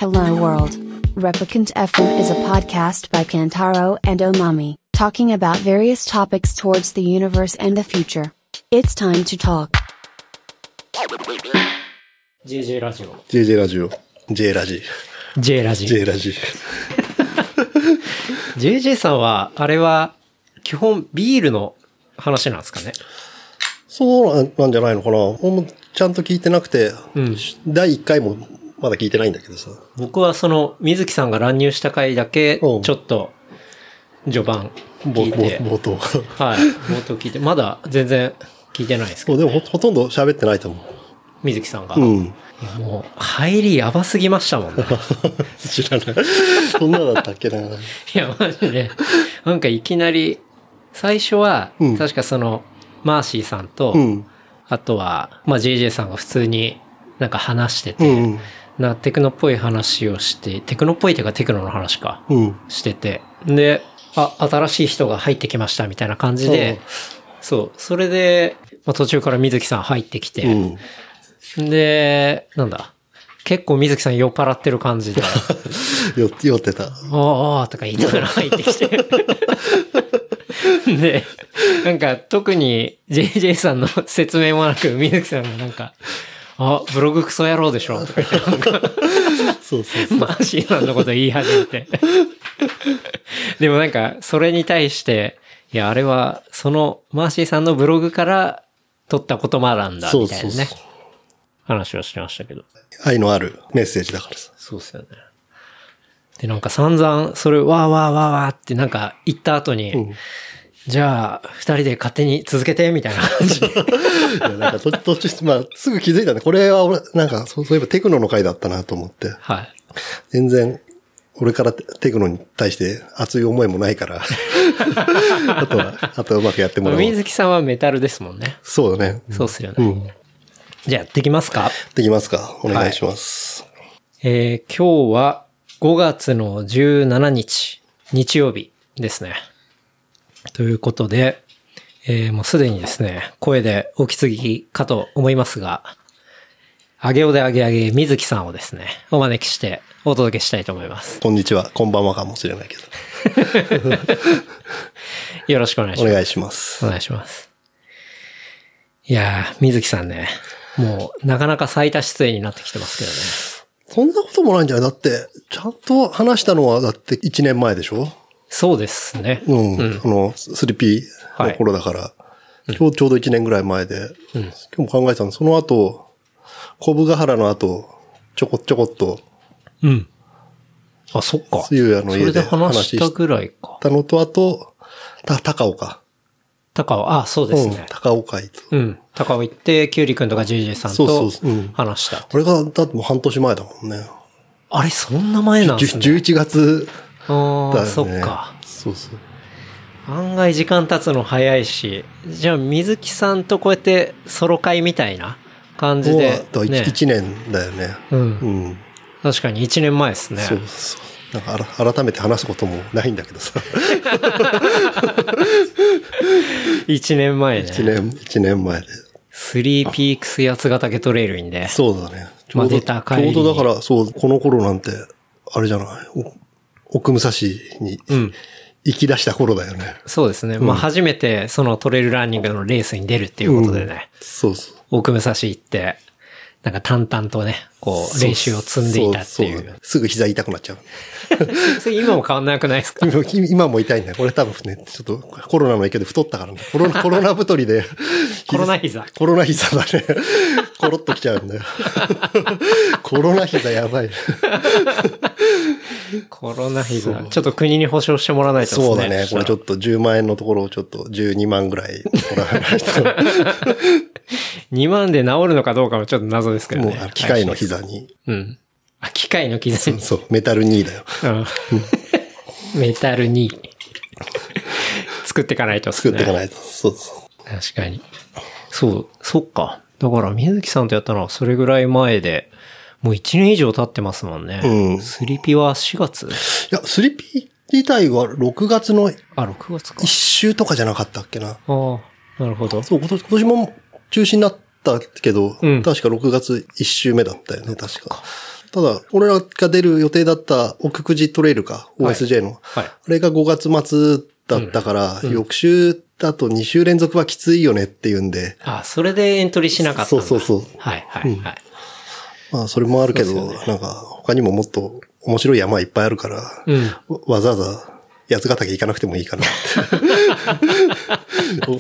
Hello World. Replicant FM is a podcast by Kantaro and Omami, talking about various topics towards the universe and the future. It's time to talk. JJ ラジオ。 JJ ラジオ。J ラジ。 J ラジ。 J ラジ。 JJ さんは、あれは、基本ビールの話なんですかね。 そうなんじゃないのかな。俺もちゃんと聞いてなくて、第1回もまだ聞いてないんだけどさ。 僕はその、水木さんが乱入した回だけ、ちょっと、序盤聞いて。 冒頭。 はい。冒頭聞いて。まだ全然聞いてないですけど、 でもほとんど喋ってないと思う。 水木さんが。 もう、入りやばすぎましたもんね。 知らない。そんなだったっけな。いや、マジで。なんかいきなり、最初は、確かその、マーシーさんと、あとは、JJ さんが普通になんか話してて、テクノっぽい話をして、テクノっぽいっていうかテクノの話か、してて、で、新しい人が入ってきましたみたいな感じで、そう、それで、途中から水木さん入ってきて、で、結構水木さん酔っ払ってる感じで。 酔ってた。 おーとか言いながら入ってきて。で、なんか特に JJ さんの説明もなく、水木さんがなんか、ブログクソ野郎でしょとか言ってなんか、 そう。 マーシーさんのこと言い始めて。でもなんか、それに対して、いや、あれは、そのマーシーさんのブログから取った言葉なんだ、みたいなね。話をしてましたけど。 愛のあるメッセージだからさ。 そうですよね。で、なんか散々、それ、わーってなんか言った後に、じゃあ、二人で勝手に続けて、みたいな感じで。 いや、なんか途中、すぐ気づいたね。これは俺、なんか、そういえばテクノの回だったなと思って。 はい。 全然、俺からテクノに対して熱い思いもないから。あとはうまくやってもらおう。 水木さんはメタルですもんね。 そうだね。 そうっすよね。じゃあ、できますか？ できますか？お願いします。 今日は5月の17日、日曜日ですね。ということで、もうすでにですね、声でお気づきかと思いますが、あげおであげあげ水木さんをですね、お招きしてお届けしたいと思います。 こんにちは、こんばんはかもしれないけど。 よろしくお願いします。 お願いします。 お願いします。いやー、水木さんね、もうなかなか最多出演になってきてますけどね。 そんなこともないんじゃない？だって、ちゃんと話したのはだって1年前でしょ？ そうですね。 3P の頃だから、ちょうど1年ぐらい前で、今日も考えてたの、その後、小部ヶ原の後、ちょこっと、 あ、そっか。 ゆうやの家で話したぐらいか。 たのと、あと、高尾か。 そうですね。 高尾会と。 高尾行って、キュウリ君とか JJ さんと話した。 これが、だってもう半年前だもんね。 あれ、そんな前なんですね。 11月だよね。 そっか。 そう。 案外時間経つの早いし、じゃあ水木さんとこうやってソロ会みたいな感じで、ね。 1年だよね。 確かに1年前ですね。 そう。なんか改めて話すこともないんだけどさ。 1年前ね。 1年前で。 3ピークス八ヶ岳トレイルにね。 そうだね。ちょうどだから、そう、この頃なんて、あれじゃない。奥武蔵に行き出した頃だよね。 そうですね。初めてそのトレイルランニングのレースに出るっていうことでね。 そう。 奥武蔵行って、なんか淡々とね、こう練習を積んでいたっていう。 そう。すぐ膝痛くなっちゃう。 それ今も変わんなくないですか？ 今も痛いんだよ。これ多分ね、ちょっとコロナの影響で太ったからね。コロナ太りで。 コロナ膝。 コロナ膝だね。コロッときちゃうんだよ。コロナ膝やばい。 コロナ膝。ちょっと国に保証してもらわないとですね。 そうだね。これちょっと10万円のところをちょっと12万ぐらいもらわないと。 2万で治るのかどうかもちょっと謎ですけどね。 もう機械の膝に。 機械の膝に。 そう、メタル2だよ。 メタル2。作っていかないとですね。 作っていかないと。そう。 確かに。そっか。だから水木さんとやったのはそれぐらい前で、もう1年以上経ってますもんね。スリピは4月？いや、スリピ自体は6月の 6月か。 1週とかじゃなかったっけな。 なるほど。 そう、今年も中止になったけど、確か6月1週目だったよね、確か。 ただ、俺らが出る予定だった奥久慈トレイルか、OSJ の。はい。あれが5月末だったから、翌週だと2週連続はきついよねっていうんで。 あ、それでエントリーしなかったんだ。 そうそうそう。 はいはいはい。 まあ、それもあるけど、なんか、他にももっと面白い山いっぱいあるから、わざわざ八ヶ岳行かなくてもいいかなって。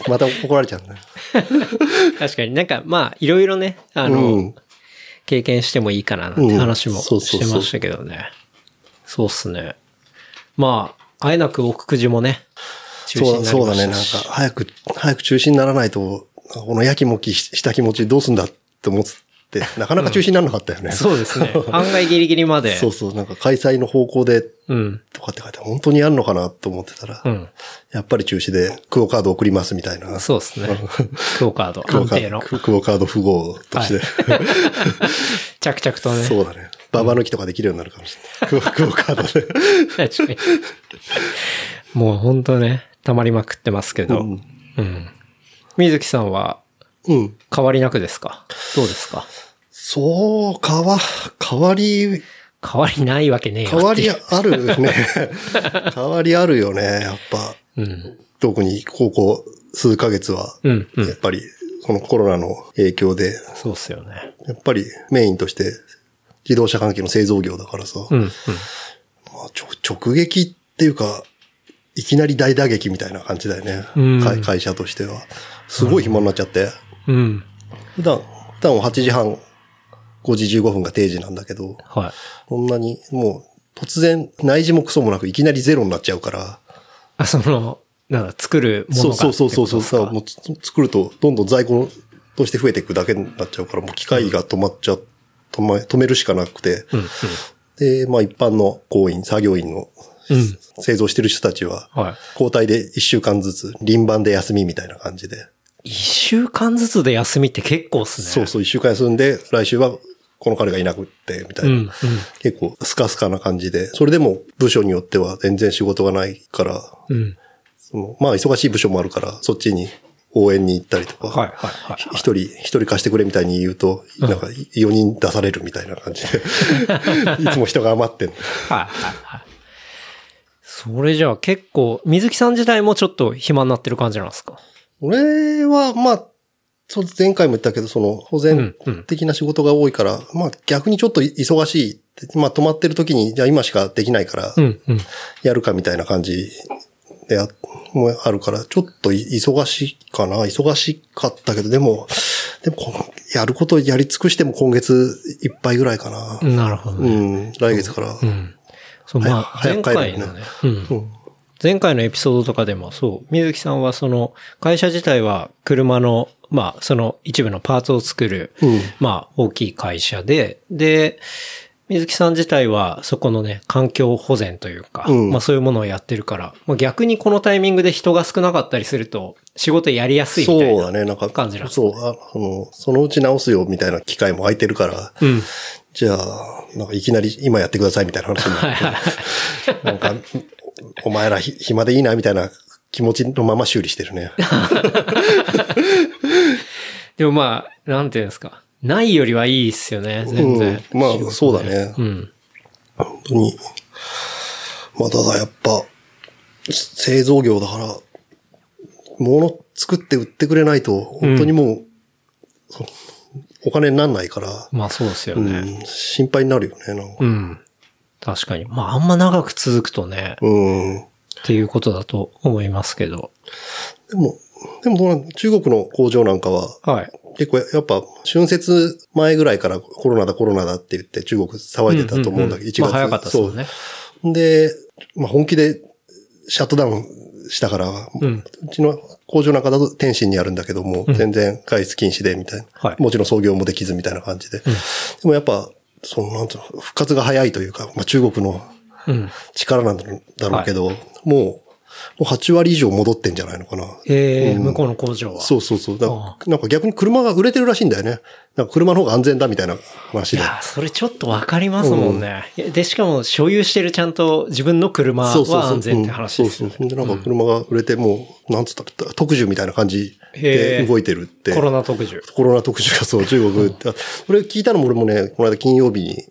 また怒られちゃうんだよ。 確かになんか、まあ、いろいろね、経験してもいいかななんて話もしてましたけどね。そうっすね。まあ、あえなく奥久慈もね、中止になりましたし。 そうだね、なんか、早く中止にならないと、このやきもきした気持ちどうすんだって思って、なかなか中止にならなかったよね。 そうですね。案外ギリギリまで。 そうそう、なんか開催の方向で、とかって書いて本当にやるのかなと思ってたら、やっぱり中止でクオカード送りますみたいな。 そうですね。クオカード、安定の。 クオカード符号として。 着々とね。 そうだね。ババ抜きとかできるようになるかもしれない。クオカードで。 確かに。もう本当ね、溜まりまくってますけど。水木さんは、変わりなくですか？どうですか？ そう、変わりないわけねえよ。 変わりあるね。変わりあるよね、やっぱ。特にここ数ヶ月は、やっぱりこのコロナの影響で。 そうっすよね。 やっぱりメインとして自動車関係の製造業だからさ。まあ、直撃っていうか、いきなり大打撃みたいな感じだよね。会社としては。すごい暇になっちゃって。普段は8時半、5時15分が定時なんだけど、こんなにもう突然内示もクソもなくいきなりゼロになっちゃうから。 あ、なんだ、作るものが。 そう。もう作るとどんどん在庫として増えていくだけになっちゃうから、もう機械が止めるしかなくて。で、まあ一般の工員、作業員の製造してる人たちは、交代で1週間ずつ輪番で休みみたいな感じで。 1週間ずつで休みって結構っすね。 そう、1週間休んで、来週はこの彼がいなくって、みたいな。結構スカスカな感じで、それでも部署によっては全然仕事がないから、まあ忙しい部署もあるから、そっちに応援に行ったりとか、一人貸してくれみたいに言うと、なんか4人出されるみたいな感じで、いつも人が余ってんの。 それじゃあ結構、水木さん自体もちょっと暇になってる感じなんですか？ 俺は、まあ、前回も言ったけど、保全的な仕事が多いから、まあ逆にちょっと忙しい。まあ止まってる時に、じゃあ今しかできないから、やるかみたいな感じでもあるから、ちょっと忙しかったけど、でも、やることやり尽くしても今月いっぱいぐらいかな。 なるほどね。 来月から。 そう、まあ、前回のね。前回のエピソードとかでもそう、水木さんは会社自体は車の、まあ、一部のパーツを作る、まあ、大きい会社で、水木さん自体はそこのね、環境保全というか、まあそういうものをやってるから、まあ、逆にこのタイミングで人が少なかったりすると、仕事やりやすいみたいな感じなんですね。 そのうち直すよみたいな機会も空いてるから、じゃあ、なんかいきなり今やってくださいみたいな話になって、なんか、お前ら暇でいいなみたいな気持ちのまま修理してるね。 でもまあ、なんていうんですか。ないよりはいいっすよね、全然。 まあ、そうだね。本当に。まあ、ただやっぱ、製造業だから、物作って売ってくれないと、本当にもう、お金にならないから。 まあそうですよね。 心配になるよね、なんか。 確かに。まああんま長く続くとね。っていうことだと思いますけど。 でも中国の工場なんかは、結構やっぱ春節前ぐらいからコロナだって言って中国騒いでたと思うんだけど、1月。 まあ早かったですよね。 で、まあ本気でシャットダウンしたから、うちの工場なんかだと天津にあるんだけども、全然外出禁止でみたいな。もちろん操業もできずみたいな感じで。でもやっぱ、なんていうの、復活が早いというか、まあ中国の力なんだろうけど、もう8割以上戻ってんじゃないのかな。 向こうの工場は。 そう。なんか逆に車が売れてるらしいんだよね。なんか車の方が安全だみたいな話で。 いや、それちょっとわかりますもんね。で、しかも所有してるちゃんと自分の車は安全って話ですよね。 で、なんか車が売れてもう、なんつったら、特需みたいな感じで動いてるって。 コロナ特需がそう、中国。これ聞いたのも俺もね、この間金曜日に、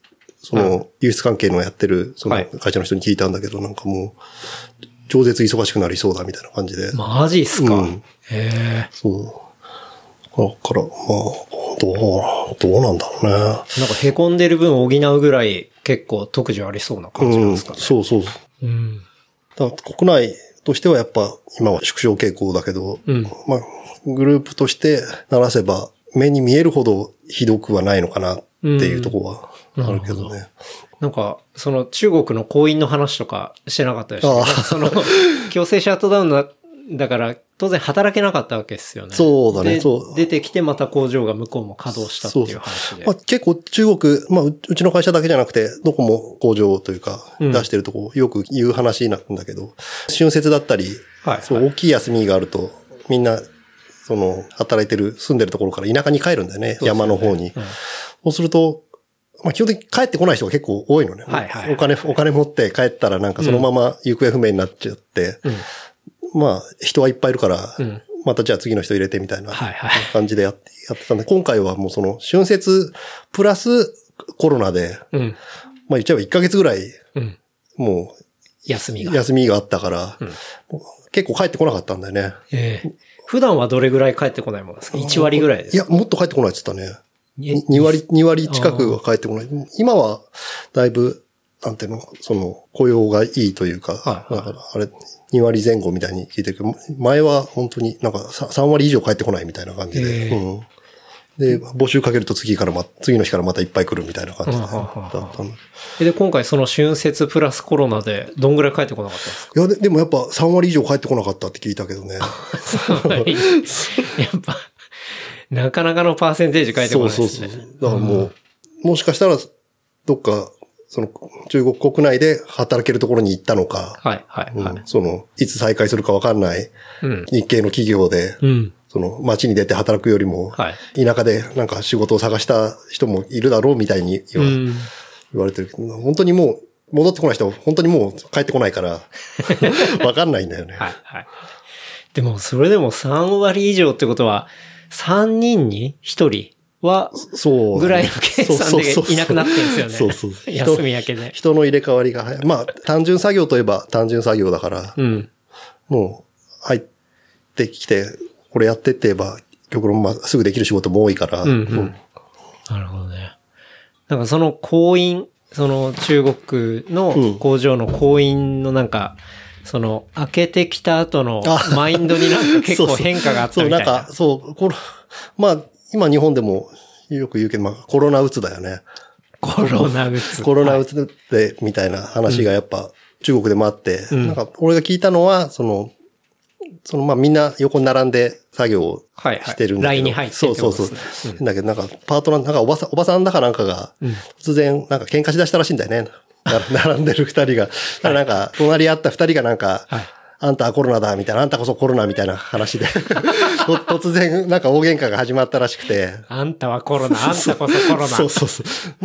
その、輸出関係のやってる、その会社の人に聞いたんだけど、なんかもう、超絶忙しくなりそうだみたいな感じで。 マジっすか。 へそう。だから、まあ、どうなんだろうね。なんか凹んでる分補うぐらい結構特需ありそうな感じなんですかね。 そう。だから国内としてはやっぱ今は縮小傾向だけど、まあ、グループとして鳴らせば目に見えるほどひどくはないのかなっていうところはあるけどね。 なんか、その中国の婚姻の話とかしてなかったでしたね。その、強制シャットダウンだから、当然働けなかったわけですよね。 そうだね、 出てきてまた工場が向こうも稼働したっていう話で。 まあ、結構中国、まあ、うちの会社だけじゃなくて、どこも工場というか、出してるとこ、よく言う話なんだけど、春節だったり、そう大きい休みがあると、みんな、その、働いてる、住んでるところから田舎に帰るんだよね、山の方に。そうすると、まあ基本的に帰ってこない人が結構多いのね。お金持って帰ったらなんかそのまま行方不明になっちゃって、まあ人はいっぱいいるから、またじゃあ次の人入れてみたいな感じでやってたんで、今回はもうその春節プラスコロナで、まあ言っちゃえば1ヶ月ぐらい、もう休みがあったから、結構帰ってこなかったんだよね。 普段はどれぐらい帰ってこないものですか ?1 割ぐらいですか？ いや、もっと帰ってこないって言ったね。2割近くは帰ってこない。今は、だいぶ、なんていうの、その、雇用がいいというか、だから、あれ、2割前後みたいに聞いてるけど、前は本当になんか3割以上帰ってこないみたいな感じで、で、募集かけると次の日からまたいっぱい来るみたいな感じだったんで、今回その春節プラスコロナでどんぐらい帰ってこなかったんですか？ いや、でもやっぱ3割以上帰ってこなかったって聞いたけどね。 3割。やっぱ、なかなかのパーセンテージ書いてこないですね。 そう。だからもしかしたら、どっか、その、中国国内で働けるところに行ったのか、その、いつ再開するかわかんない、日系の企業で、その、街に出て働くよりも、田舎でなんか仕事を探した人もいるだろうみたいに言われてるけど、本当にもう、戻ってこない人は本当にもう帰ってこないから、わかんないんだよね。 でも、それでも3割以上ってことは、3人に1人は、ぐらいの計算でいなくなってるんですよね。休み明けで。 人の入れ替わりが早い。まあ、単純作業といえば単純作業だから、もう、入ってきて、これやってって言えば、極論、まあ、すぐできる仕事も多いから。 なるほどね。なんかその工員、その中国の工場の工員のなんか、その、開けてきた後のマインドになんか結構変化があったみたいな。 まあ、今日本でもよく言うけど、まあ、コロナうつだよね。 コロナうつ。 コロナうつで、みたいな話がやっぱ中国でもあって、なんか俺が聞いたのは、まあみんな横に並んで作業をしてるんだけど。 ラインに入ってる。 そう。だけどなんかパートナー、なんかおばさんだかなんかが、突然なんか喧嘩しだしたらしいんだよね。並んでる二人が。なんか、隣り合った二人がなんか、あんたはコロナだ、みたいな、あんたこそコロナみたいな話で、突然なんか大喧嘩が始まったらしくて。 あんたはコロナ、あんたこそコロナ。 そう。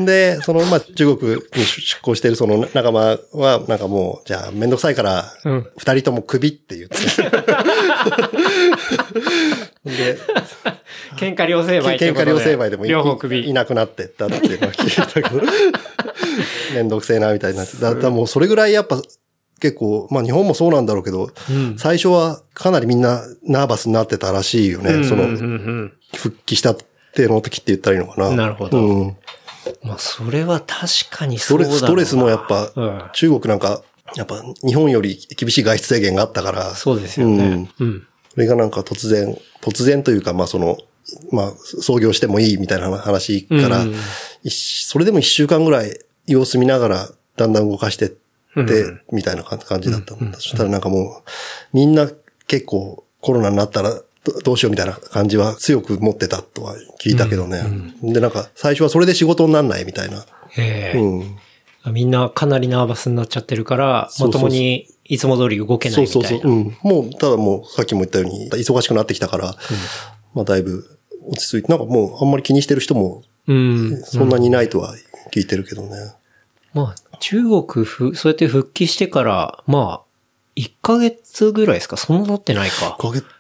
で、まあ、中国に出向しているその仲間は、なんかもう、じゃあめんどくさいから、二人ともクビって言って。で、 喧嘩両成敗喧嘩両成敗でも両方クビいなくなってったっていうのは聞いたけど、めんどくせえなみたいになって。だからもうそれぐらいやっぱ結構、まあ日本もそうなんだろうけど、最初はかなりみんなナーバスになってたらしいよね。復帰したっての時って言ったらいいのかな。 なるほど。まあそれは確かにそうだな。 ストレスもやっぱ、中国なんか、やっぱ日本より厳しい外出制限があったから。 そうですよね。 それがなんか突然というか、まあまあ創業してもいいみたいな話から、それでも1週間ぐらい様子見ながらだんだん動かしてって、みたいな感じだったんだ。そしたらなんかもう、みんな結構コロナになったらどうしようみたいな感じは強く持ってたとは聞いたけどね。で、なんか最初はそれで仕事にならないみたいな。 みんなかなりナーバスになっちゃってるから、まともにいつも通り動けないみたいな。 そう。もう、ただもうさっきも言ったように忙しくなってきたから、まあだいぶ落ち着いて、なんかもうあんまり気にしてる人も、そんなにいないとは聞いてるけどね。 まあ、中国そうやって復帰してから、まあ、1ヶ月ぐらいですか？そんな経ってないか。 1ヶ月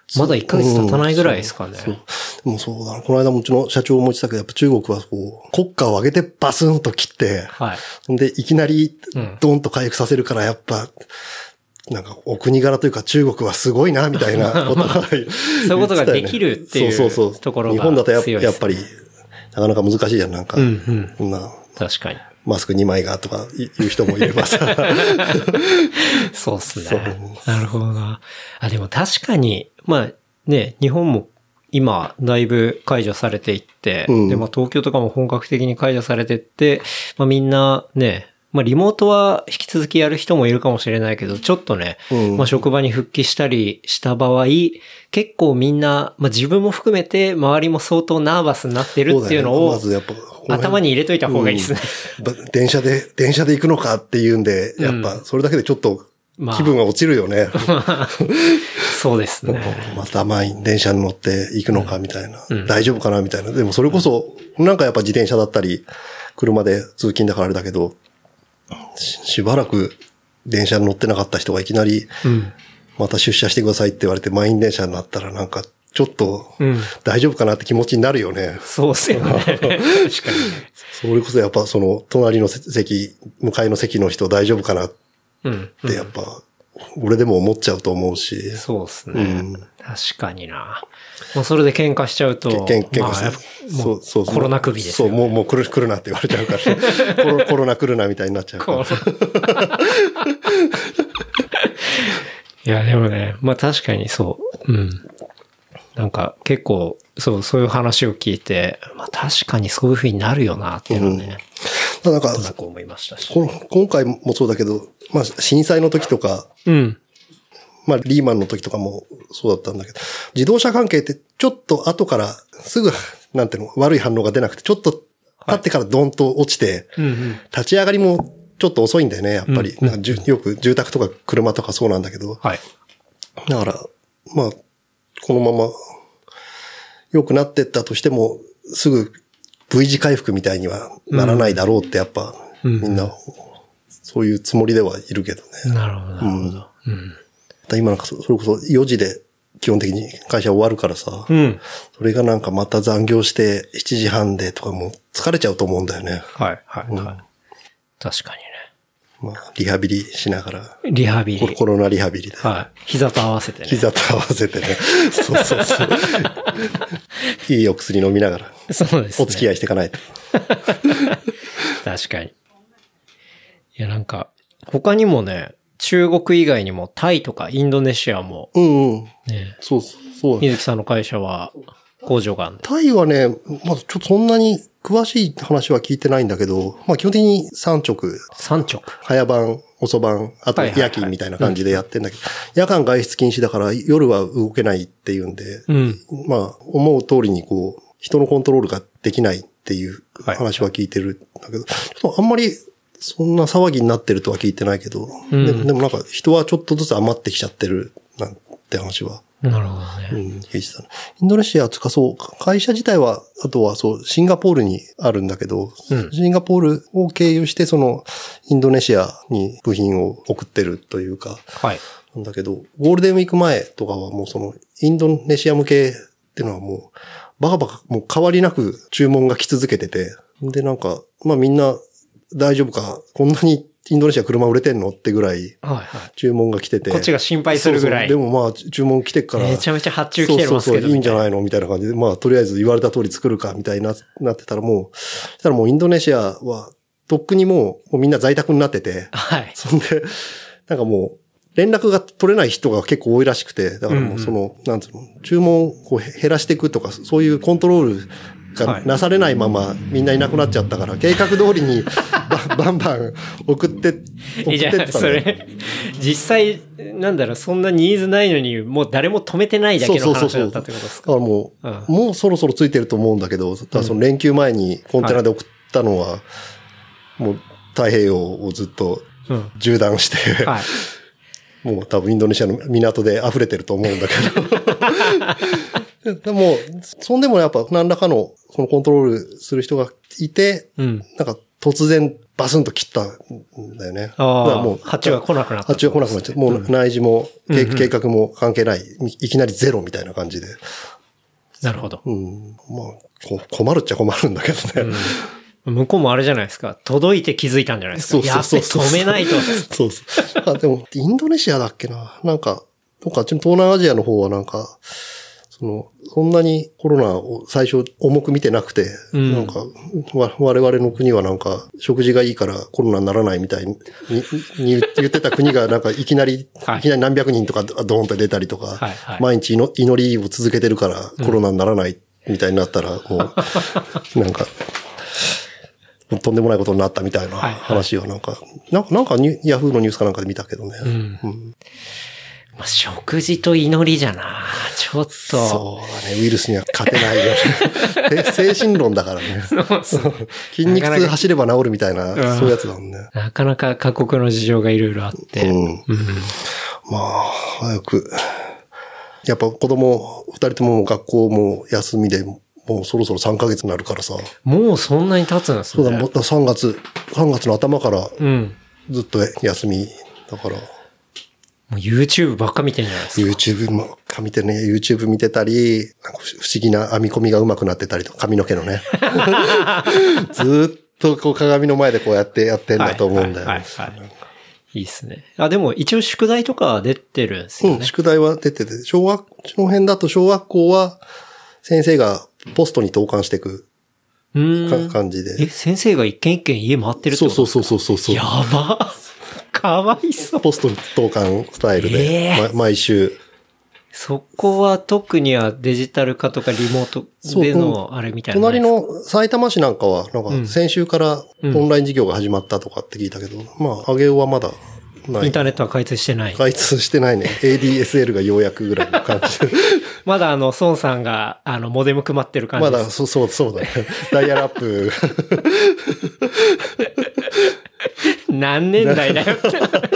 まだ1ヶ月経たないぐらいですかね。 そう。でもそうだな。この間もうちの社長も言ってたけど、やっぱ中国はこう、国家を上げてバスンと切って、 はい。 で、いきなりドンと回復させるから、やっぱ、なんかお国柄というか中国はすごいな、みたいなことが、 そういうことができるっていうところが強いですね。 日本だとやっぱり、なかなか難しいじゃん、なんか。 確かに。 マスク2枚がとか言う人もいればさ。 そうっすね。なるほどな。あ、でも確かに、まあね、日本も今だいぶ解除されていって、で、まあ東京とかも本格的に解除されていって、まあみんなね、まあリモートは引き続きやる人もいるかもしれないけど、ちょっとね、まあ職場に復帰したりした場合、結構みんな、まあ自分も含めて周りも相当ナーバスになってるっていうのを、まずやっぱ頭に入れといた方がいいですね。 電車で行くのかっていうんで、やっぱそれだけでちょっと気分が落ちるよね。 そうですね。 また電車に乗って行くのかみたいな、大丈夫かなみたいな。でもそれこそ、なんかやっぱ自転車だったり、車で通勤だからあれだけど、しばらく電車に乗ってなかった人がいきなり、また出社してくださいって言われて満員電車になったらなんかちょっと大丈夫かなって気持ちになるよね。 そうっすよね。確かにね。 それこそやっぱその隣の席、向かいの席の人大丈夫かなってやっぱ俺でも思っちゃうと思うし。 そうっすね。確かにな。もうそれで喧嘩しちゃうと、 喧嘩しちゃう。そうコロナ首ですよね。 そう、もう来るなって言われちゃうから、コロナ来るなみたいになっちゃうから。 いや、でもね、まあ確かにそう。なんか結構、そういう話を聞いて、まあ確かにそういう風になるよなっていうのはね。 なんか、 思いましたし。 今回もそうだけど、まあ震災の時とか、まあリーマンの時とかもそうだったんだけど、自動車関係ってちょっと後からすぐ、なんていうの、悪い反応が出なくて、ちょっと経ってからドンと落ちて、立ち上がりもちょっと遅いんだよね、やっぱり。よく住宅とか車とかそうなんだけど。だから、まあ、このまま良くなってったとしても、すぐ V 字回復みたいにはならないだろうってやっぱ、みんな、そういうつもりではいるけどね。 なるほど、なるほど。 今なんかそれこそ4時で基本的に会社終わるからさ、それがなんかまた残業して7時半でとかもう疲れちゃうと思うんだよね。 はい。確かにね。 まあ、リハビリしながら。コロナリハビリで。 はい。膝と合わせてね。 膝と合わせてね。そう。いいお薬飲みながら。 そうですね。 お付き合いしていかないと。 確かに。いや、なんか、他にもね、中国以外にもタイとかインドネシアも。ね、 そう。 水木さんの会社は工場があるんで。 タイはね、まだちょっとそんなに詳しい話は聞いてないんだけど、まあ基本的に3直。早晩、遅晩、あと夜勤みたいな感じでやってんだけど、夜間外出禁止だから夜は動けないっていうんで、まあ思う通りにこう、人のコントロールができないっていう話は聞いてるんだけど、ちょっとあんまりそんな騒ぎになってるとは聞いてないけど、でもなんか人はちょっとずつ余ってきちゃってるなんて話は。 なるほどね。 インドネシアつかそう、会社自体は、あとはそう、シンガポールにあるんだけど、シンガポールを経由してその、インドネシアに部品を送ってるというか、なんだけど、ゴールデンウィーク前とかはもうその、インドネシア向けっていうのはもう、バカもう変わりなく注文が来続けてて、でなんか、まあみんな大丈夫か、こんなにインドネシア車売れてんのってぐらい、注文が来てて、 こっちが心配するぐらい。 でもまあ注文来てから、 めちゃめちゃ発注来てますけど、 いいんじゃないのみたいな感じで、まあとりあえず言われた通り作るかみたいになってたらもうインドネシアは、とっくにもうみんな在宅になってて、そんで、なんかもう、連絡が取れない人が結構多いらしくて、だからもうその、なんつうの、注文をこう減らしていくとか、そういうコントロールがなされないままみんないなくなっちゃったから、計画通りにバンバン送ってってたそれ、実際、なんだろう、そんなニーズないのに、もう誰も止めてないだけの話だったってことですか？ だからもうそろそろついてると思うんだけど、その連休前にコンテナで送ったのは、もう太平洋をずっと縦断して、もう多分インドネシアの港で溢れてると思うんだけど。でも、そんでもやっぱ何らかのそのコントロールする人がいて、なんか突然バスンと切ったんだよね。 ああ、もう発注が来なくなった。 発注が来なくなっちゃう。もう内示も、計画も関係ない。いきなりゼロみたいな感じで。 なるほど。 まあ、困るっちゃ困るんだけどね。 向こうもあれじゃないですか。届いて気づいたんじゃないですか。 そうそうそう。 止めないと。 そうそう。でも、インドネシアだっけな。なんか、あっちの東南アジアの方はなんか、そんなにコロナを最初重く見てなくて、なんか、我々の国はなんか、食事がいいからコロナにならないみたいに言ってた国がなんかいきなり何百人とかドーンと出たりとか、毎日祈りを続けてるからコロナにならないみたいになったら、もう、なんか、とんでもないことになったみたいな話はなんかヤフーのニュースかなんかで見たけどね。 まあ、食事と祈りじゃな。ちょっと。 そうだね。ウイルスには勝てないよね。精神論だからね。筋肉痛走れば治るみたいな、そういうやつだもんね。 なかなか過酷の事情がいろいろあって。 まあ、早く。やっぱ子供、二人とも学校も休みで、もうそろそろ3ヶ月になるからさ。 もうそんなに経つんですね。 そうだ、3月の頭から、ずっと休みだから。 もう YouTube ばっか見てんじゃないですか。 YouTube ばっか見てね、YouTube 見てたり、なんか不思議な編み込みが上手くなってたりと、髪の毛のね。ずっとこう鏡の前でこうやってんだと思うんだよね。 いいっすね。でも一応宿題とかは出てるんですよね。 宿題は出てて、その辺だと小学校は先生がポストに投函していく感じで。 先生が一軒一軒家回ってるってことですか？ そう。 やば。かわいそう。 ポスト投函スタイルで、毎週。 そこは特にはデジタル化とかリモートでのあれみたいな。 隣の埼玉市なんかは、なんか先週からオンライン授業が始まったとかって聞いたけど、まあ、上げはまだない。 インターネットは開通してない。 開通してないね。ADSL がようやくぐらいの感じ。 まだ孫さんが、モデム配ってる感じです。 まだ、そうだね。ダイヤルアップ。 何年代だよって。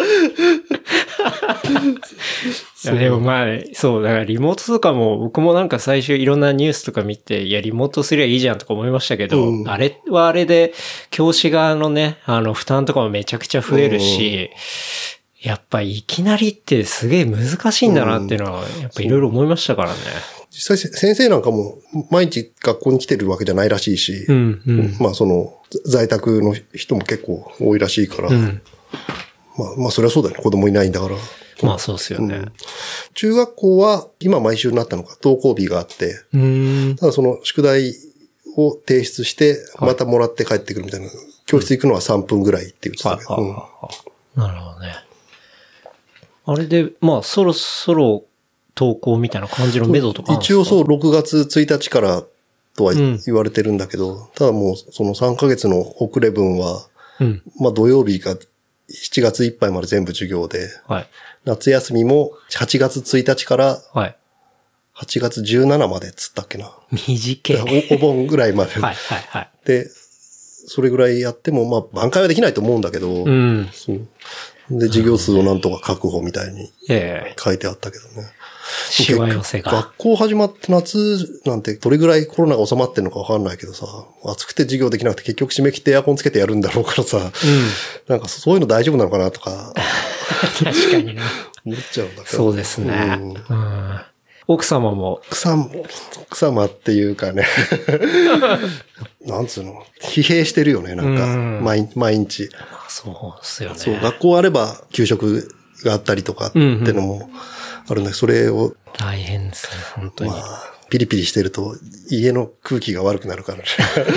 でもまあ、そう、だからリモートとかも僕もなんか最初いろんなニュースとか見て、いや、リモートすりゃいいじゃんとか思いましたけど、あれはあれで、教師側のね、負担とかもめちゃくちゃ増えるし、やっぱいきなりってすげえ難しいんだなっていうのは、やっぱいろいろ思いましたからね。 実際先生なんかも毎日学校に来てるわけじゃないらしいし、まあ在宅の人も結構多いらしいから、まあそれはそうだよね。子供いないんだから。 まあそうですよね。 中学校は今毎週になったのか登校日があって、ただその宿題を提出してまたもらって帰ってくるみたいな、教室行くのは3分ぐらいって言ってたけど。 なるほどね。あれで、まあそろそろ投稿みたいな感じの目処とかあるんですか？ 一応そう、6月1日からとは言われてるんだけど、ただもうその3ヶ月の遅れ分は、まあ土曜日が7月いっぱいまで全部授業で、夏休みも8月1日から8月17までつったっけな。 短い。 お盆ぐらいまで。で、それぐらいやっても、まあ挽回はできないと思うんだけど、そうで、授業数をなんとか確保みたいに書いてあったけどね。 しわ寄せが。 学校始まって夏なんてどれぐらいコロナが収まってんのかわかんないけどさ、暑くて授業できなくて結局締め切ってエアコンつけてやるんだろうからさ、なんかそういうの大丈夫なのかなとか。 確かにな。 思っちゃうんだけど。 そうですね。奥様も。 奥様っていうかね。なんつうの。疲弊してるよね、なんか。毎日。 そうですよね。 そう、学校あれば給食があったりとかってのもあるんだけど、それを。 大変ですね、本当に。まあ、ピリピリしてると家の空気が悪くなるからね。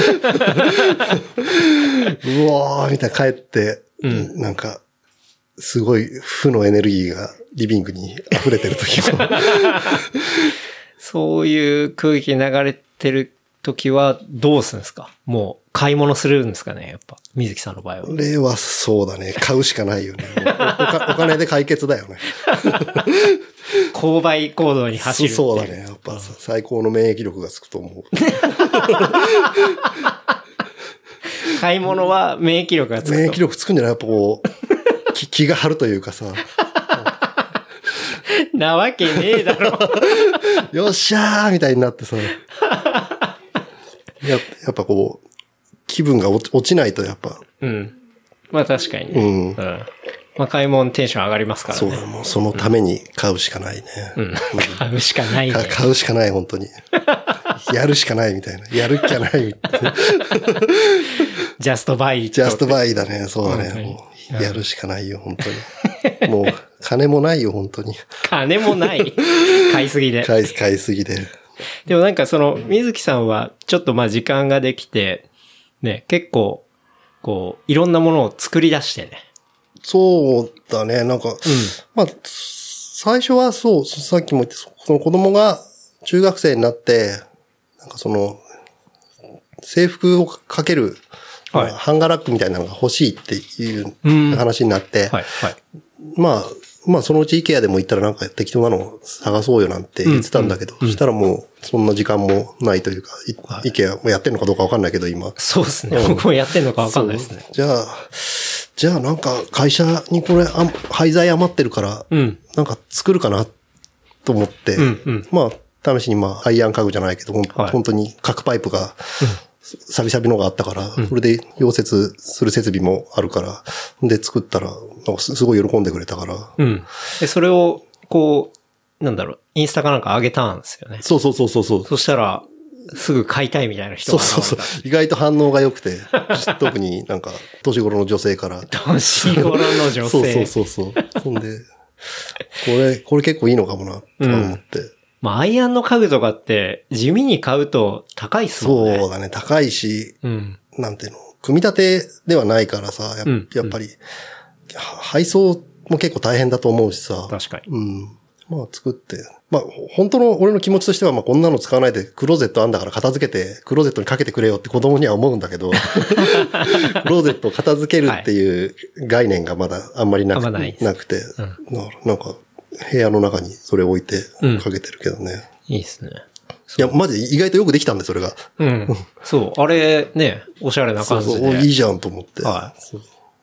うわーみたいな帰って、なんか、すごい負のエネルギーがリビングに溢れてる時も。 そういう空気流れてる時はどうするんですか？もう買い物するんですかね？やっぱ水木さんの場合は。 例はそうだね。買うしかないよね。お金で解決だよね。 購買行動に走る。 そうだね。やっぱ最高の免疫力がつくと思う。 買い物は免疫力がつく。 免疫力つくんじゃない？やっぱこう、気が張るというかさ。 なわけねえだろ。 よっしゃーみたいになってさ。やっぱこう、 気分が落ちないとやっぱ。 うん。まあ確かにね。うん。まあ買い物テンション上がりますからね。 そう、もうそのために買うしかないね。 うん。買うしかないね。 買うしかない、本当に。やるしかないみたいな。やるっきゃない。 ジャストバイ。 ジャストバイだね。そうだね。もうやるしかないよ、本当に。もう、金もないよ、本当に。 金もない買いすぎで。 買いすぎで。 でもなんか水木さんは、ちょっとまあ時間ができて、ね、結構、こう、いろんなものを作り出してね。 そうだね、なんか、まあ、最初はそう、さっきも言って、その子供が中学生になって、なんか制服をかける、はい、ハンガーラックみたいなのが欲しいっていう話になって、はいはい、まあそのうち IKEA でも行ったらなんか適当なのを探そうよなんて言ってたんだけど、そしたらもうそんな時間もないというか、IKEA もやってんのかどうかわかんないけど今。 そうですね。僕もやってんのかわかんないですね。 じゃあなんか会社にこれ廃材余ってるから、なんか作るかなと思って、まあ試しにアイアン家具じゃないけど、本当に角パイプが、サビサビのがあったから、それで溶接する設備もあるから、で作ったら、すごい喜んでくれたから。 で、それを、こう、なんだろう、インスタかなんか上げたんですよね。 そう。そしたら、すぐ買いたいみたいな人が。 そう。意外と反応が良くて、特になんか、年頃の女性から。 年頃の女性。 そう。そんで、これ結構いいのかもな、と思って。 まあ、アイアンの家具とかって、地味に買うと高いっすもんね。 そうだね、高いし、なんていうの、組み立てではないからさ、やっぱり、配送も結構大変だと思うしさ。 確かに。 まあ作って。まあ、本当の俺の気持ちとしては、まあこんなの使わないでクローゼットあんだから片付けて、クローゼットにかけてくれよって子供には思うんだけど、クローゼットを片付けるっていう概念がまだあんまりなくて、なんか、部屋の中にそれを置いてかけてるけどね。 いいですね。 いや、マジ意外とよくできたんで、それが。 そう。あれね、おしゃれな感じで。 そう、いいじゃんと思って。 はい。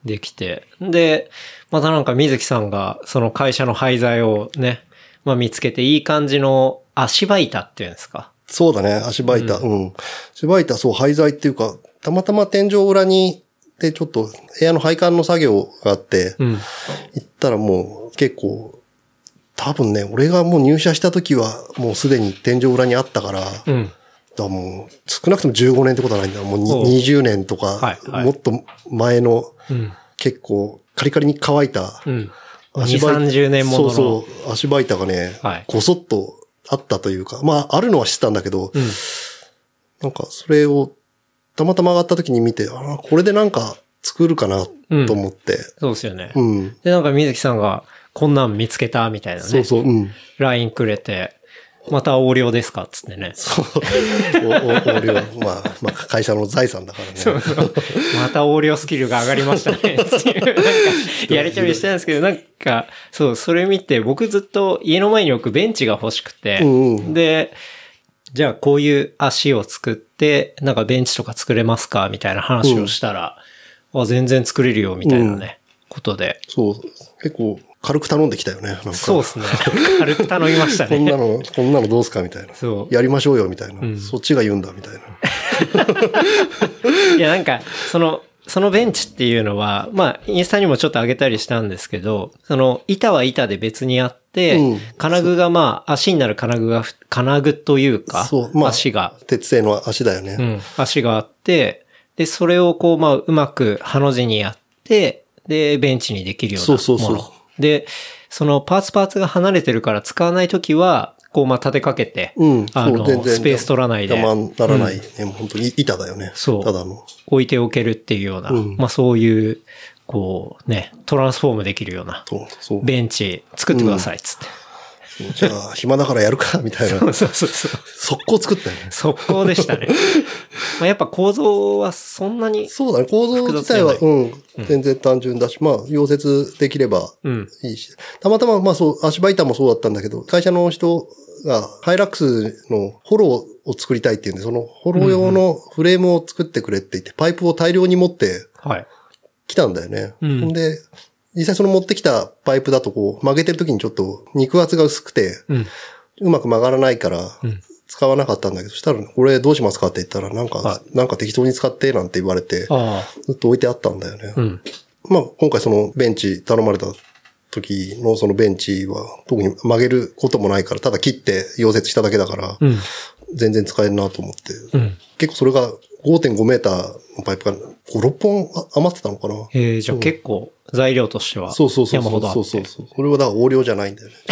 できて。で、またなんか水木さんがその会社の廃材をね、まあ見つけていい感じの足場板っていうんですか。 そうだね、足場板。足場板、そう、廃材っていうか、たまたま天井裏に、で、ちょっと部屋の配管の作業があって、行ったらもう結構、多分ね、俺がもう入社した時はもうすでに天井裏にあったから、だからもう少なくとも15年ってことはないんだ。もう20年とか、もっと前の、結構カリカリに乾いた、 足場板。30年ものの。 そう、足場板がね、こそっとあったというか、まああるのは知ってたんだけど、なんかそれをたまたま上がった時に見て、これでなんか作るかなと思って。 そうですよね。で、なんか水木さんが、こんなん見つけたみたいなね。そう。LINE くれて、また横領ですかつってね。 そう。横領。まあ、会社の財産だからね。 そう。また横領スキルが上がりましたね。っていう、なんか、やりとりしてたんですけど、なんか、そう、それ見て、僕ずっと家の前に置くベンチが欲しくて、で、じゃあこういう足を作って、なんかベンチとか作れますかみたいな話をしたら、全然作れるよ、みたいなね、ことで。 そう。結構、軽く頼んできたよね。なんかそうですね。軽く頼みましたね。 こんなのどうすかみたいな。そう。やりましょうよみたいな。そっちが言うんだみたいな。 いやなんか、そのベンチっていうのは、まあ、インスタにもちょっと上げたりしたんですけど、板は板で別にあって、金具がまあ、足になる金具というか、足が。 鉄製の足だよね。 足があって、で、それをこう、まあ、うまくハの字にやってで、ベンチにできるようなもの。そう。で、そのパーツが離れてるから使わないときは、こう、まあ、立てかけて、スペース取らないで。 邪魔ならない。本当に板だよね。 そう。 ただの。 置いておけるっていうような、まあ、そういう、こうね、トランスフォームできるような、ベンチ作ってください、つって。 じゃあ、暇だからやるか、みたいな。 そう。 速攻作ったよね。 速攻でしたね。まあやっぱ構造はそんなに。 そうだね。構造自体は、全然単純だし、まあ、溶接できればいいし。たまたま、まあそう、足場板もそうだったんだけど、会社の人が、ハイラックスのホローを作りたいっていうんで、そのホロ用のフレームを作ってくれって言って、パイプを大量に持って来たんだよね。で、実際その持ってきたパイプだとこう曲げてる時にちょっと肉厚が薄くて、うまく曲がらないから、 使わなかったんだけど、そしたら、これどうしますかって言ったら、なんか適当に使ってなんて言われて、ずっと置いてあったんだよね。まあ、今回そのベンチ頼まれた時のそのベンチは特に曲げることもないから、ただ切って溶接しただけだから、全然使えるなと思って、結構それが 5.5 メーターのパイプが5、6本余ってたのかな。 じゃあ結構材料としては山ほどあって。 そう。これはだから横領じゃないんだよね。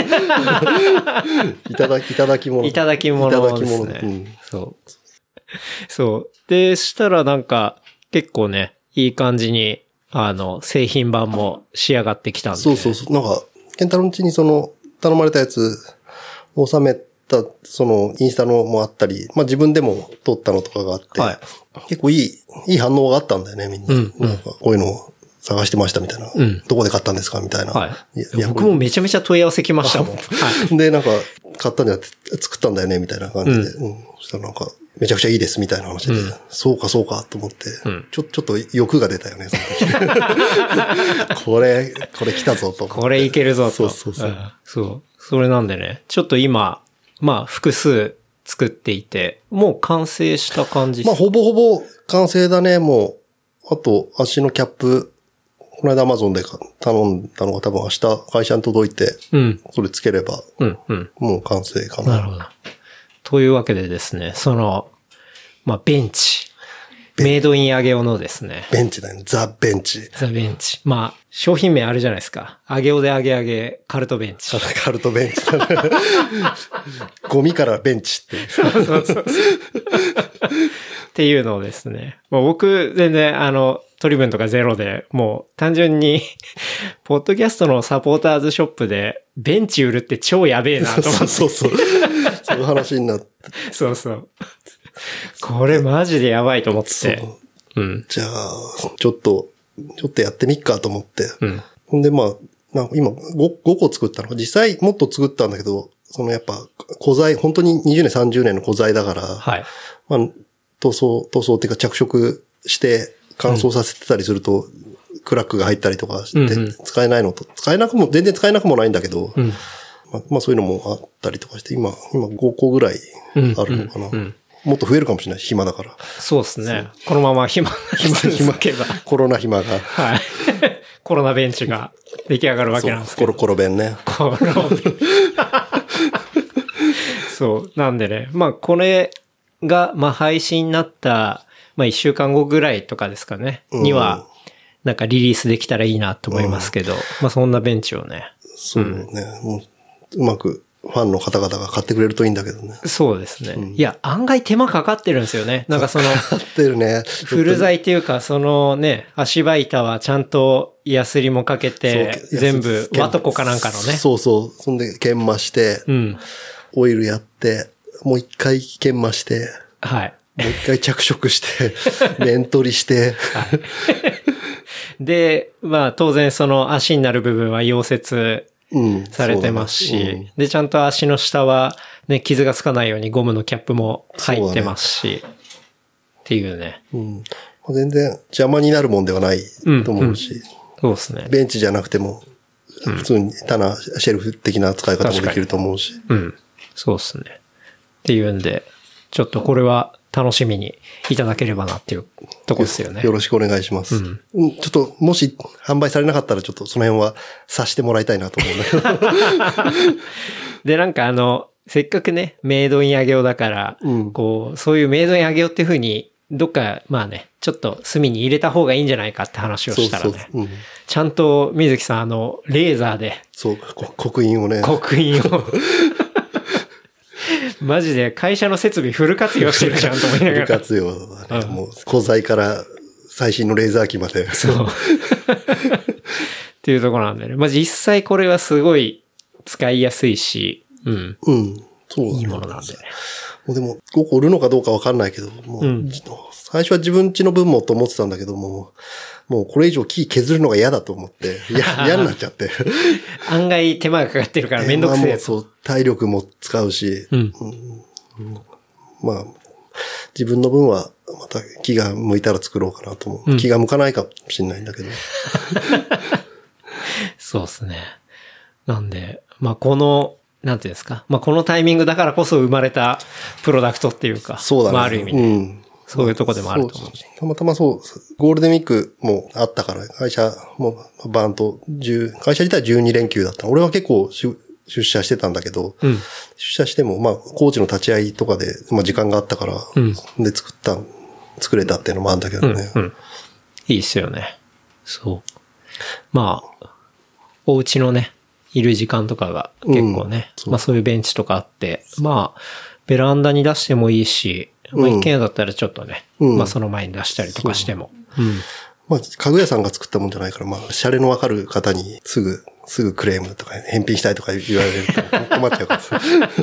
いただき物。 いただき物ですね。そう。で、したらなんか結構ね、いい感じに、製品版も仕上がってきたんで。 そう。なんか、ケンタロウんちにその、頼まれたやつ、収めた、その、インスタのもあったり、まあ自分でも撮ったのとかがあって、結構いい反応があったんだよね、みんな。なんか、こういうのを探してましたみたいな。どこで買ったんそしたみたいな。 僕もめちゃめちゃ問い合わせ来ましたもん。 で、なんか、買ったんじゃなくて作ったんだよね、みたいな感じで。そしたらなんか、めちゃくちゃいいですみたいな話で、そうかと思って、ちょっと欲が出たよね、その時。これ来たぞと思って。 これいけるぞと。 そう。 それなんでね、ちょっと今、まあ複数作っていて、もう完成した感じですか？ まあほぼほぼ完成だね、もう。あと、足のキャップ、この間 Amazon で頼んだのが多分明日会社に届いて、それつければ、もう完成かな。 なるほど。というわけでですね、まあ、ベンチ。メイドインアゲオのですね。 ベンチだよね。ザ・ベンチ。 ザ・ベンチ。まあ、商品名あるじゃないですか。アゲオでアゲ、カルトベンチ。 カルトベンチだね。ゴミからベンチっていう。 そう。っていうのをですね。まあ、僕、全然、取り分とかゼロで、もう単純に、ポッドキャストのサポーターズショップで、ベンチ売るって超やべえなと思って。 そう。そういう話になって。 そう。これマジでやばいと思って。 じゃあ、ちょっとやってみっかと思って。ほんでまあ、なんか今5個作ったの。実際もっと作ったんだけど、そのやっぱ古材、本当に20年30年の古材だから、まあ、塗装っていうか着色して乾燥させてたりすると、クラックが入ったりとかして、使えないのと、全然使えなくもないんだけど、まあそういうのもあったりとかして、今5個ぐらいあるのかな。もっと増えるかもしれない。暇だから。 そうですね。このまま暇けば。 コロナ暇が。 はい。コロナベンチが出来上がるわけなんですけど。 コロベンね。 コロベン。そう。なんでね。まあこれが、まあ配信になった、まあ1週間後ぐらいとかですかね。には、なんかリリースできたらいいなと思いますけど。まあそんなベンチをね。 そうね。もうまく。ファンの方々が買ってくれるといいんだけどね。 そうですね。いや、案外手間かかってるんですよね。なんかかかってるね。 フル材っていうか、足場板はちゃんとヤスリもかけて、全部、ワトコかなんかのね。 そう。そんで、研磨して、オイルやって、もう一回研磨して、もう一回着色して、面取りして。 で、まあ当然足になる部分は溶接、されてますし、で、ちゃんと足の下はね、傷がつかないようにゴムのキャップも入ってますし、っていうね。 全然邪魔になるもんではないと思うし、 そうですね。 ベンチじゃなくても、普通に棚、シェルフ的な使い方もできると思うし。 そうですね。っていうんで、ちょっとこれは楽しみにいただければなっていうとこですよね。 よろしくお願いします。ちょっと、もし販売されなかったらちょっとその辺はさしてもらいたいなと思うんだけど。 で、なんかせっかくね、メイドインアゲオだから、そういうメイドインアゲオっていう風に、どっか、まあね、ちょっと隅に入れた方がいいんじゃないかって話をしたらね。ちゃんと水木さんレーザーで。 そう、刻印をね。 刻印を。マジで会社の設備フル活用してるじゃんと思いながら。 フル活用だね。もう古材から最新のレーザー機まで。 そう。っていうところなんでね。まあ、実際これはすごい使いやすいし、 そうだね。 いいものなんでね。 もうでも、5個売るのかどうかわかんないけど、もう、最初は自分家の分もと思ってたんだけどもうこれ以上木削るのが嫌だと思って、嫌になっちゃって。 案外手間がかかってるからめんどくせえ。 そう、体力も使うし、まあ、自分の分はまた木が向いたら作ろうかなと思う。気が向かないかもしれないんだけど。 そうですね。なんで、まあこのなんていうんですか。まあ、このタイミングだからこそ生まれたプロダクトっていうか。 そうだね。 まあ、ある意味ね。そういうとこでもあると思う。 たまたまそう、ゴールデンウィークもあったから、会社もバーンと会社自体12連休だった。俺は結構出社してたんだけど、出社しても、まあ、コーチの立ち会いとかで、まあ、時間があったから、で作れたっていうのもあるんだけどね。 いいっすよね。そう。まあ、お家のね、いる時間とかが結構ね、まあそういうベンチとかあって、まあ、ベランダに出してもいいし、まあ一軒家だったらちょっとね、まあその前に出したりとかしても。 まあ、家具屋さんが作ったもんじゃないから、まあ、シャレのわかる方にすぐクレームとか、返品したいとか言われると困っちゃうから。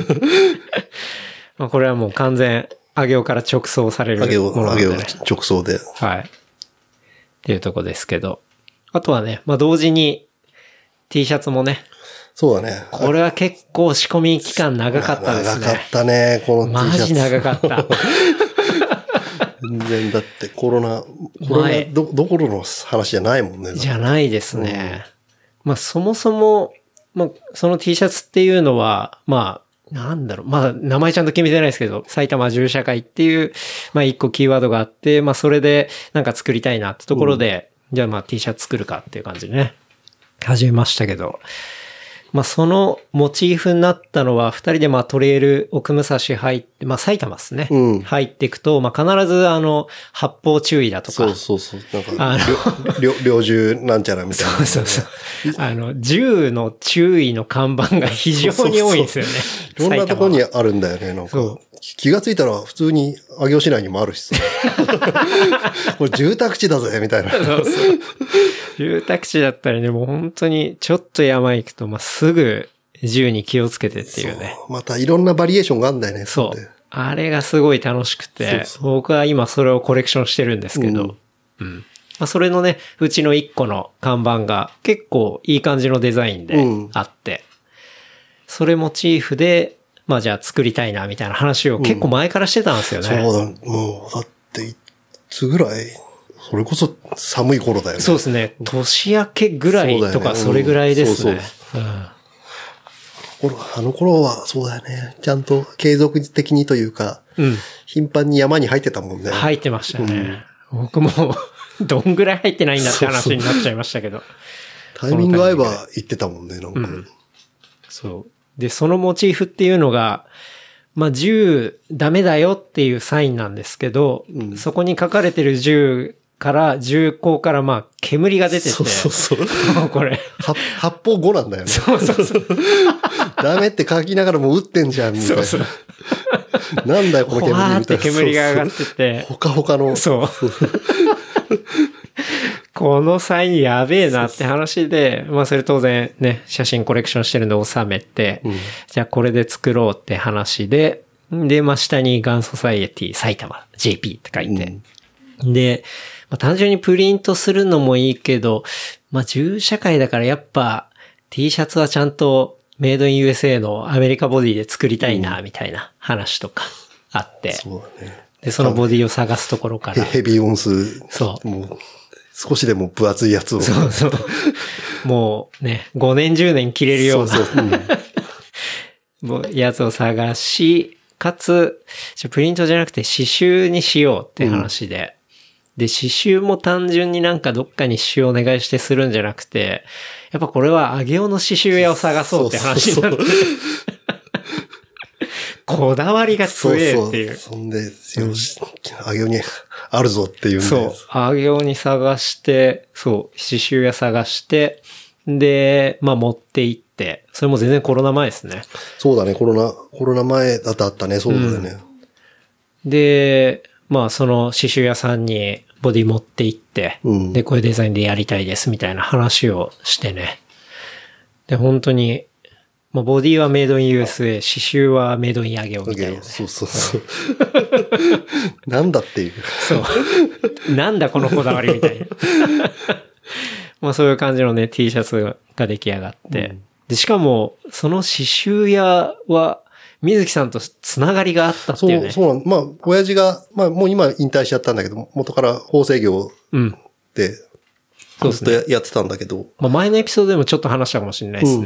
まあこれはもう完全、上げおから直送されるものなんで、ね。 上げお直送で。 はい。っていうとこですけど。あとはね、まあ同時に T シャツもね。 そうだね。 これは結構仕込み期間長かったですね。 長かったね、この T シャツ。 マジ長かった。 全然だってコロナどころの話じゃないもんね。 じゃないですね。まあそもそも、まあその T シャツっていうのは、まあなんだろう、まあ名前ちゃんと決めてないですけど、埼玉銃社会っていう、まあ一個キーワードがあって、まあそれでなんか作りたいなってところで、じゃあまあ T シャツ作るかっていう感じでね、始めましたけど、まあそのモチーフになったのは、二人でまあトレイル奥武蔵入って、まあ埼玉ですね。入っていくと、まあ必ず発砲注意だとか。 そう。なんか、猟銃なんちゃらみたいな、ね。 そう。銃の注意の看板が非常に多いんですよね。 いろんなところにあるんだよね、なんか。気がついたら普通に上尾市内にもあるしさ。これ住宅地だぜ、みたいな。 そう。住宅地だったらね、もう本当にちょっと山行くと、まあ、すぐ銃に気をつけてっていうね。 またいろんなバリエーションがあるんだよね。 そう。あれがすごい楽しくて、僕は今それをコレクションしてるんですけど、まあ、それのね、うちの一個の看板が結構いい感じのデザインであって、それモチーフで、まあじゃあ作りたいなみたいな話を結構前からしてたんですよね。 そうだ、もう、だって、いつぐらいそれこそ寒い頃だよね。 そうですね。年明けぐらいとかそれぐらいですね。 あの頃はそうだよね。ちゃんと継続的にというか、頻繁に山に入ってたもんね。 入ってましたね。僕もどんぐらい入ってないんだって話になっちゃいましたけど。 タイミング合えば行ってたもんね、なんか。 そう。で、そのモチーフっていうのが、まあ、銃ダメだよっていうサインなんですけど、そこに書かれてる銃口からまあ、煙が出てて。 そう。 これ。 発砲後なんだよね。 そう。 ダメって書きながらもう撃ってんじゃん、みたいな。そう。なんだよ、この煙みたいな。 わーって煙が上がってて。 ほかほかの。 そう。このサインやべえなって話で、まあそれ当然ね、写真コレクションしてるのを収めて、じゃあこれで作ろうって話で、まあ下にガンソサイエティ埼玉 JP って書いて、で、まあ単純にプリントするのもいいけど、まあ銃社会だからやっぱ T シャツはちゃんとメイドイン USA のアメリカボディで作りたいな、みたいな話とかあって、 そうだね。 で、そのボディを探すところから。 ヘビーオンス。 そう。 もう少しでも分厚いやつを。 そう。もうね、5年10年着れるような。もうやつを探し、かつ、プリントじゃなくて刺繍にしようって話で。で、刺繍も単純になんかどっかに刺繍お願いしてするんじゃなくて、やっぱこれは上尾の刺繍屋を探そうって話になって。こだわりが強いっていう。 そんで、上尾にあるぞっていうんで。 そう。上尾に探して、そう、刺繍屋探して、で、まあ持って行って、それも全然コロナ前ですね。 そうだね、コロナ前だったね、そうだよね。 で、まあその刺繍屋さんにボディ持って行って、で、こういうデザインでやりたいですみたいな話をしてね。で、本当に、まあ、ボディはメイドイン USA、刺繍はメイドイン上尾みたいな、ね。 そう。なんだっていう。 そう。なんだこのこだわりみたいな。まあそういう感じのね、T シャツが出来上がって。で、しかも、その刺繍屋は、水木さんとつながりがあったっていうね。 そうなん。まあ、親父が、まあもう今引退しちゃったんだけど、元から縫製業で、ずっとやってたんだけど。 まあ前のエピソードでもちょっと話したかもしれないですね。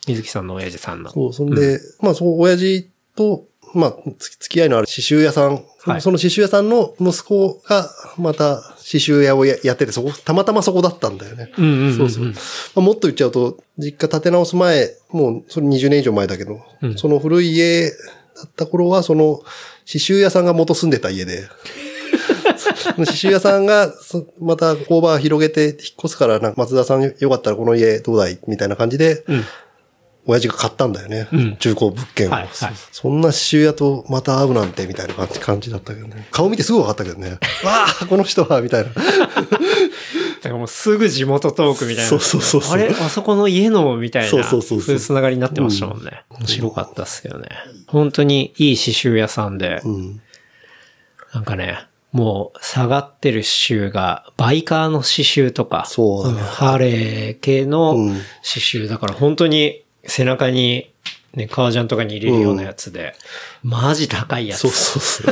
水木さんの親父さんの。 そう、そんで、まあそう、親父と、まあ、付き合いのある刺繍屋さん、はい、その刺繍屋さんの息子が、また刺繍屋をやってて、たまたまそこだったんだよね。そうそう。まあ、もっと言っちゃうと、実家建て直す前、もう、それ20年以上前だけど、その古い家だった頃は、その、刺繍屋さんが元住んでた家で、刺繍屋さんが、また工場広げて引っ越すから、なんか松田さんよかったらこの家どうだいみたいな感じで、親父が買ったんだよね。中古物件を、はいはい。そんな刺繍屋とまた会うなんてみたいな感じだったけどね。顔見てすぐ分かったけどね。わあこの人はみたいな。だからもうすぐ地元トークみたいな。 そう。 あれあそこの家のみたいな。 そういうつながりになってましたもんね。面白かったっすよね。本当にいい刺繍屋さんで、なんかね、もう下がってる刺繍がバイカーの刺繍とか、 そうだね、 ハーレー系の刺繍だから本当に背中にね、革ジャンとかに入れるようなやつで、マジ高いやつ。 そう。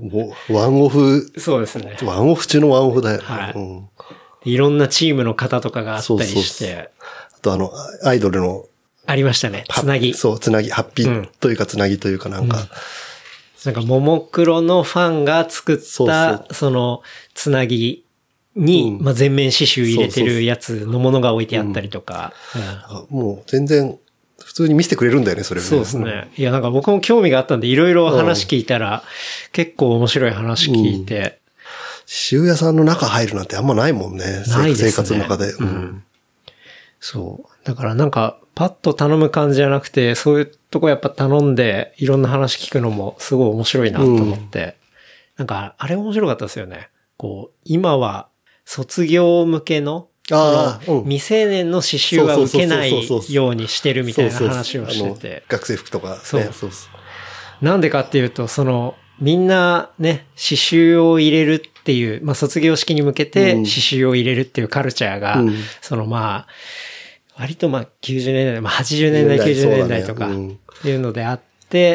もう、ワンオフ。 そうですね。 ワンオフ中のワンオフだよ。 はい。いろんなチームの型とかがあったりして。 あとアイドルの。 ありましたね。つなぎ。 そう、つなぎ。ハッピーというかつなぎというかなんか。 なんか、ももクロのファンが作った、その、つなぎに、まあ、全面刺繍入れてるやつのものが置いてあったりとか。 もう全然、普通に見せてくれるんだよね、それね。 そうですね。いや、なんか僕も興味があったんで、いろいろ話聞いたら、結構面白い話聞いて。 刺繍屋さんの中入るなんてあんまないもんね。 ないですね。 生活の中で。 そう。だからなんか、パッと頼む感じじゃなくて、そういうとこやっぱ頼んで、いろんな話聞くのもすごい面白いなと思って。なんか、あれ面白かったですよね。こう、今は、卒業向けの、未成年の刺繍は受けないようにしてるみたいな話をしてて。 学生服とか、ね。 そう。なんでかっていうと、みんなね、刺繍を入れるっていう、まあ卒業式に向けて刺繍を入れるっていうカルチャーが、まあ、割とまあ90年代、まあ80年代、90年代とか、いうのであって、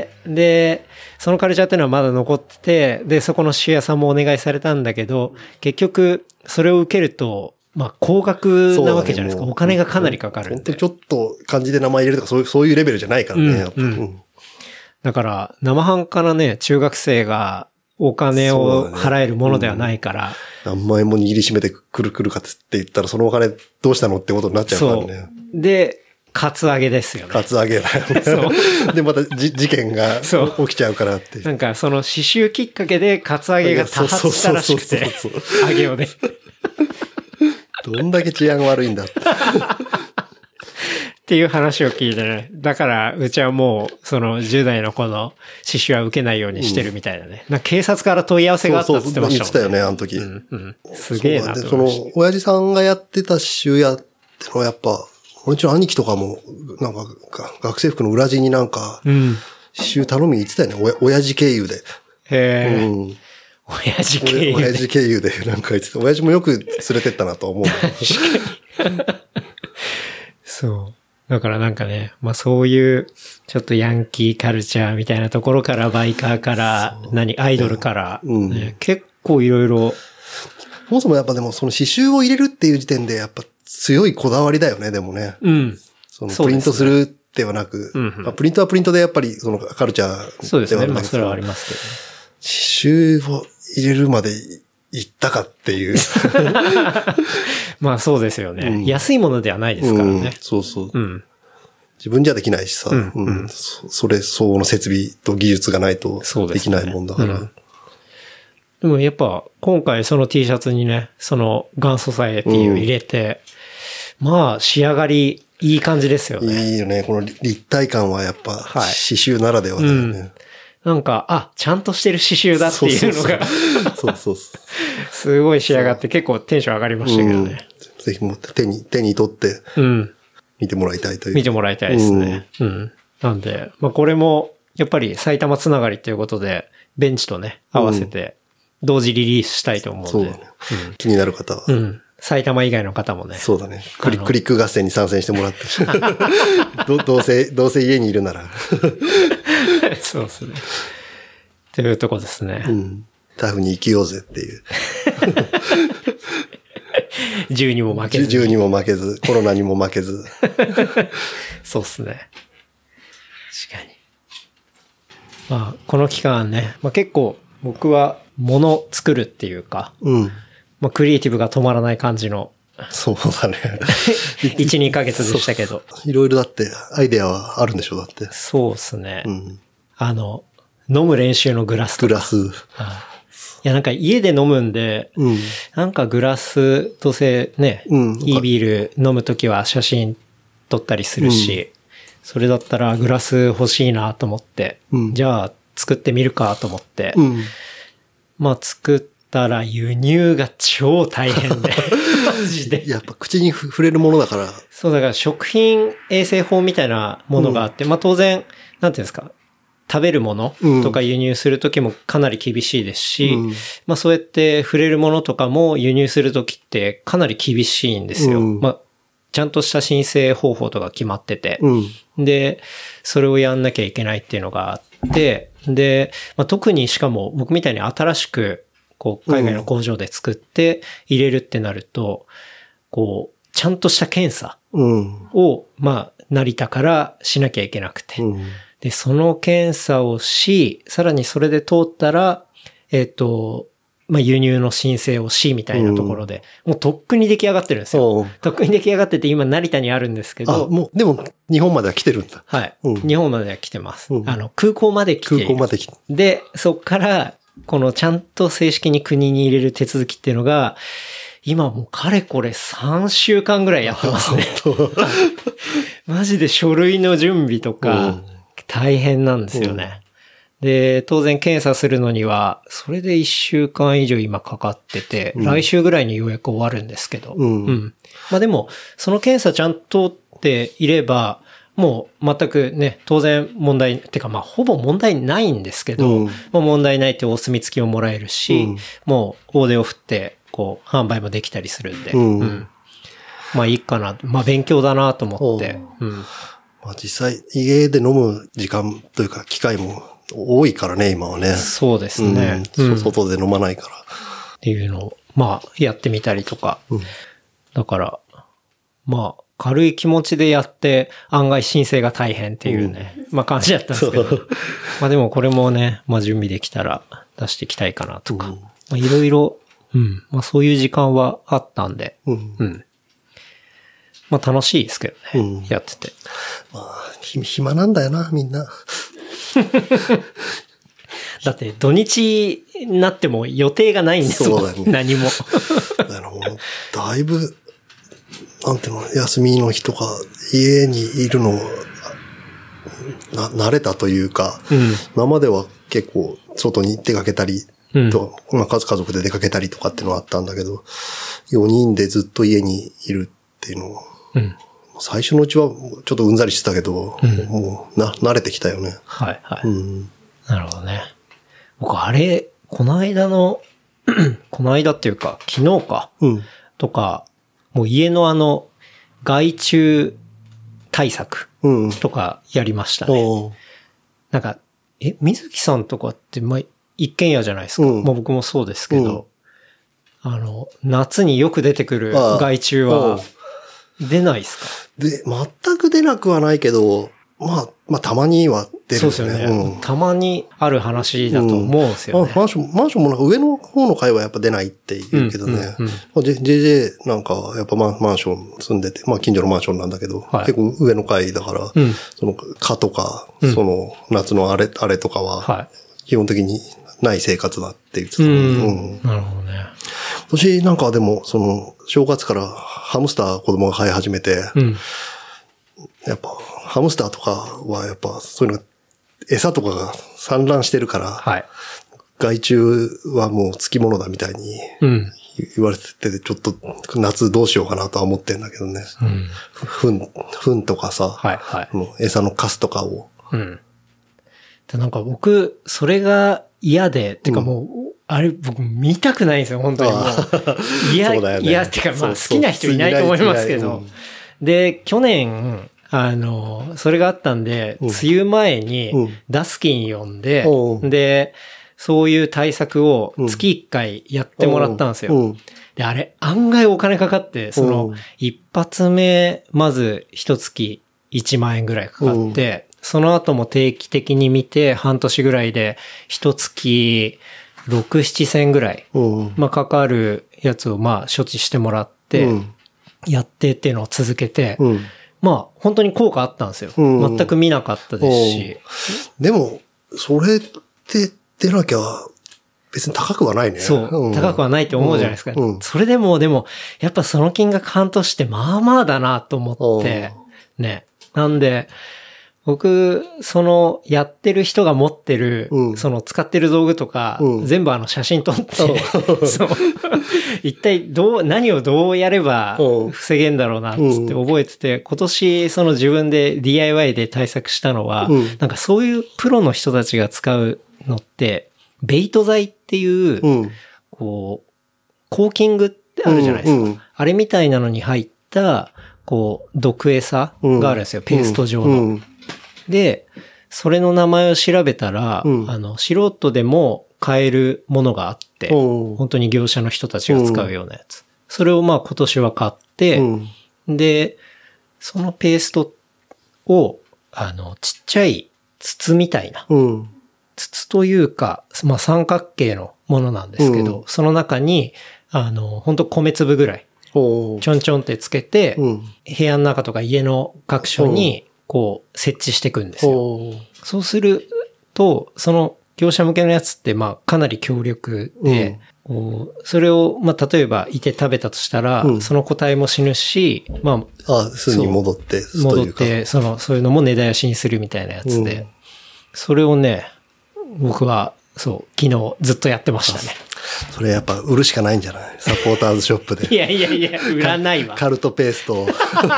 で、そのカルチャーっていうのはまだ残ってて、で、そこの刺繍屋さんもお願いされたんだけど、結局、それを受けると、まあ、高額なわけじゃないですか。お金がかなりかかるんで。 本当ちょっと漢字で名前入れるとか、そういうレベルじゃないからね。 だから、生半可なね、中学生がお金を払えるものではないから。 何万円も握りしめてくるかって言ったら、そのお金どうしたのってことになっちゃうからね。 で、カツアゲですよね。 カツアゲだよね。そう。で、また事件が起きちゃうからって。 なんか、その刺繍きっかけでカツアゲが多発したらしくて。アゲをね。 どんだけ治安悪いんだって。 っていう話を聞いてね。だから、うちはもう、その10代の子の刺繍は受けないようにしてるみたいなね。なんか警察から問い合わせがあったって言ってましたもんね。 言ってたよね、あの時。 すげえなと思いました。 親父さんがやってた刺繍屋ってのはやっぱ、俺んちの兄貴とかも、なんか、学生服の裏地になんか、刺繍頼みに行ってたよね、親父経由で。 へー。親父経由で。 親父経由でなんか言ってた。親父もよく連れてったなと思う。 確かに。そう。だからなんかね、まあそういう、ちょっとヤンキーカルチャーみたいなところから、バイカーから、アイドルから、結構いろいろ。 そもそもやっぱでもその刺繍を入れるっていう時点でやっぱ強いこだわりだよね、でもね。そのプリントするではなく、まあ、プリントはプリントでやっぱりそのカルチャーではなく。 そうですね、まあそれはありますけどね。 刺繍を入れるまで行ったかっていう。 まあそうですよね。安いものではないですからね。 そう。自分じゃできないしさ。それ相応の設備と技術がないとできないもんだから。 でもやっぱ今回その T シャツにね、そのガンソサエティを入れて、まあ仕上がりいい感じですよね。 いいよね。この立体感はやっぱ刺繍ならではだよね。 なんか、ちゃんとしてる刺繍だっていうのがそう。 すごい仕上がって結構テンション上がりましたけどね。 ぜひもって手に取って、見てもらいたいという。 見てもらいたいですね。なんで、まあこれも、やっぱり埼玉つながりということで、ベンチとね、合わせて、同時リリースしたいと思うんで。 そうだね。気になる方は。 埼玉以外の方もね。 そうだね。クリック合戦に参戦してもらって。どうせ家にいるなら。 そうですね。というとこですね。 タフに生きようぜっていう。 銃にも負けず。 銃にも負けず、コロナにも負けず。 そうっすね。確かに。まあ、この期間ね、まあ結構僕は物作るっていうか、 うん。 まあクリエイティブが止まらない感じの。 そうだね。 1、2ヶ月でしたけど。 いろいろだって、アイデアはあるんでしょ、だって。 そうっすね。 うん。 飲む練習のグラスとか。 グラス。 いや、なんか家で飲むんで、 うん、 なんかグラスとね、 うん、 いいビール飲むときは写真撮ったりするし、うん、それだったらグラス欲しいなと思って、うん、じゃあ作ってみるかと思って、うん、まあ作ったら輸入が超大変で、マジで。 やっぱ口に触れるものだから。 そう、だから食品衛生法みたいなものがあって、まあ当然、なんていうんですか、食べるものとか輸入するときもかなり厳しいですし、まあそうやって触れるものとかも輸入するときってかなり厳しいんですよ。まあちゃんとした申請方法とか決まってて、で、それをやんなきゃいけないっていうのがあって、で、まあ特にしかも僕みたいに新しくこう海外の工場で作って入れるってなると、こうちゃんとした検査をまあ成田からしなきゃいけなくて、で、その検査をし、さらにそれで通ったら、まあ、輸入の申請をし、みたいなところで、もうとっくに出来上がってるんですよ。とっくに出来上がってて、今成田にあるんですけど。 もう、でも、日本までは来てるんだ。 はい。日本までは来てます。空港まで来て。 空港まで来て。 で、そっから、このちゃんと正式に国に入れる手続きっていうのが、今もうかれこれ3週間ぐらいやってますね。マジで書類の準備とか、大変なんですよね。で、当然検査するのには、それで1週間以上今かかってて、来週ぐらいにようやく終わるんですけど。まあでも、その検査ちゃんとっていれば、もう全くね、当然問題、てかまあほぼ問題ないんですけど、まあ問題ないってお墨付きをもらえるし、もう大手を振って、こう、販売もできたりするんで、まあいいかな。まあ勉強だなと思って。 まあ実際、家で飲む時間というか機会も多いからね、今はね。 そうですね。 外で飲まないから。 っていうのを、まあ、やってみたりとか。だから、まあ、軽い気持ちでやって、案外申請が大変っていうね、まあ感じだったんですけど。まあでもこれもね、まあ準備できたら出していきたいかなとか。まあいろいろ、まあそういう時間はあったんで。まあ楽しいですけどね。やってて。 まあ、暇なんだよな、みんな。 だって土日になっても予定がないんですもん。そうだね。何も。 だいぶ、なんていうの、休みの日とか家にいるの慣れたというか、今までは結構外に出かけたり、まあ家族で出かけたりとかっていうのはあったんだけど、4人でずっと家にいるっていうのを、最初のうちはちょっとうんざりしてたけど、もう慣れてきたよね。 はいはい。なるほどね。僕あれ、この間っていうか、昨日か、とか、もう家の害虫対策とかやりましたね。なんか、水木さんとかって、まあ、一軒家じゃないですか。まあ僕もそうですけど、夏によく出てくる害虫は、出ないですか？ 全く出なくはないけど、まあ、たまには出るよね。 そうですよね。たまにある話だと思うんですよね。 マンションもなんか上の方の階はやっぱ出ないって言うけどね。JJ なんかやっぱマンション住んでて、まあ近所のマンションなんだけど、結構上の階だから、その蚊とか、その夏のあれとかは、基本的にない生活だって言ってた。 なるほどね。 今年なんかでも、正月からハムスター子供が飼い始めて、やっぱ、ハムスターとかはやっぱ、そういうの、餌とかが散乱してるから、害虫はもう付き物だみたいに言われてて、ちょっと夏どうしようかなとは思ってんだけどね。糞とかさ、餌のカスとかを。 なんか僕、それが嫌で、てかもう、あれ僕見たくないんですよ、本当にもう。嫌ってかまあ好きな人いないと思いますけど。で、去年、それがあったんで、梅雨前にダスキン呼んで、で、 そういう対策を月1回やってもらったんですよ。で、あれ、案外お金かかって、一発目、まず一月1万円ぐらいかかって、その後も定期的に見て、半年ぐらいで、一月6、7千ぐらい、まあかかるやつをまあ処置してもらって、やってっていうのを続けて、まあ本当に効果あったんですよ。全く見なかったですし。 でも、それって出なきゃ別に高くはないね。 そう。高くはないって思うじゃないですか。それでも、やっぱその金額半年ってまあまあだなと思って、ね。なんで、僕、やってる人が持ってる、使ってる道具とか、全部写真撮って、そう。一体何をどうやれば防げんだろうな、つって覚えてて、今年自分で DIY で対策したのは、なんかそういうプロの人たちが使うのって、ベイト剤っていう、コーキングってあるじゃないですか。あれみたいなのに入った、毒餌があるんですよ、ペースト状の。で、それの名前を調べたら、素人でも買えるものがあって、本当に業者の人たちが使うようなやつ。それをまあ今年は買って、で、そのペーストを、ちっちゃい筒みたいな、筒というか、まあ三角形のものなんですけど、その中に、本当米粒ぐらい、ちょんちょんってつけて、部屋の中とか家の各所に、設置していくんですよ。そうすると、その業者向けのやつって、まあ、かなり強力で、それを、まあ、例えば、いて食べたとしたら、その個体も死ぬし、まあ、 巣に戻って、 戻って、そういうのも根絶やしにするみたいなやつで、それをね、僕は、昨日ずっとやってましたね。 それやっぱ売るしかないんじゃない？サポーターズショップで。 いや、売らないわ。 カルトペースト。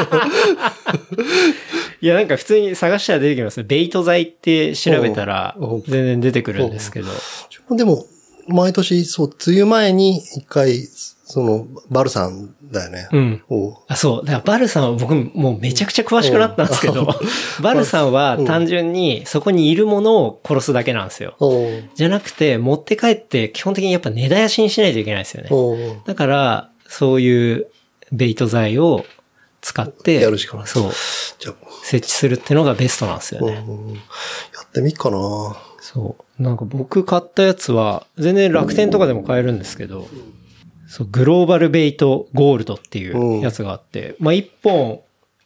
いや、なんか普通に探したら出てきますね。ベイト剤って調べたら全然出てくるんですけど。 でも、毎年、梅雨前に一回、バルさんだよね。 そう。だからバルさんは僕もうめちゃくちゃ詳しくなったんですけど、バルさんは単純にそこにいるものを殺すだけなんですよ。じゃなくて、持って帰って基本的にやっぱ根絶やしにしないといけないですよね。だから、そういうベイト剤を使って、 やるしかない。 そう。設置するってのがベストなんですよね。 やってみっかな。 そう。なんか僕買ったやつは、全然楽天とかでも買えるんですけど、グローバルベイトゴールドっていうやつがあって、まあ1本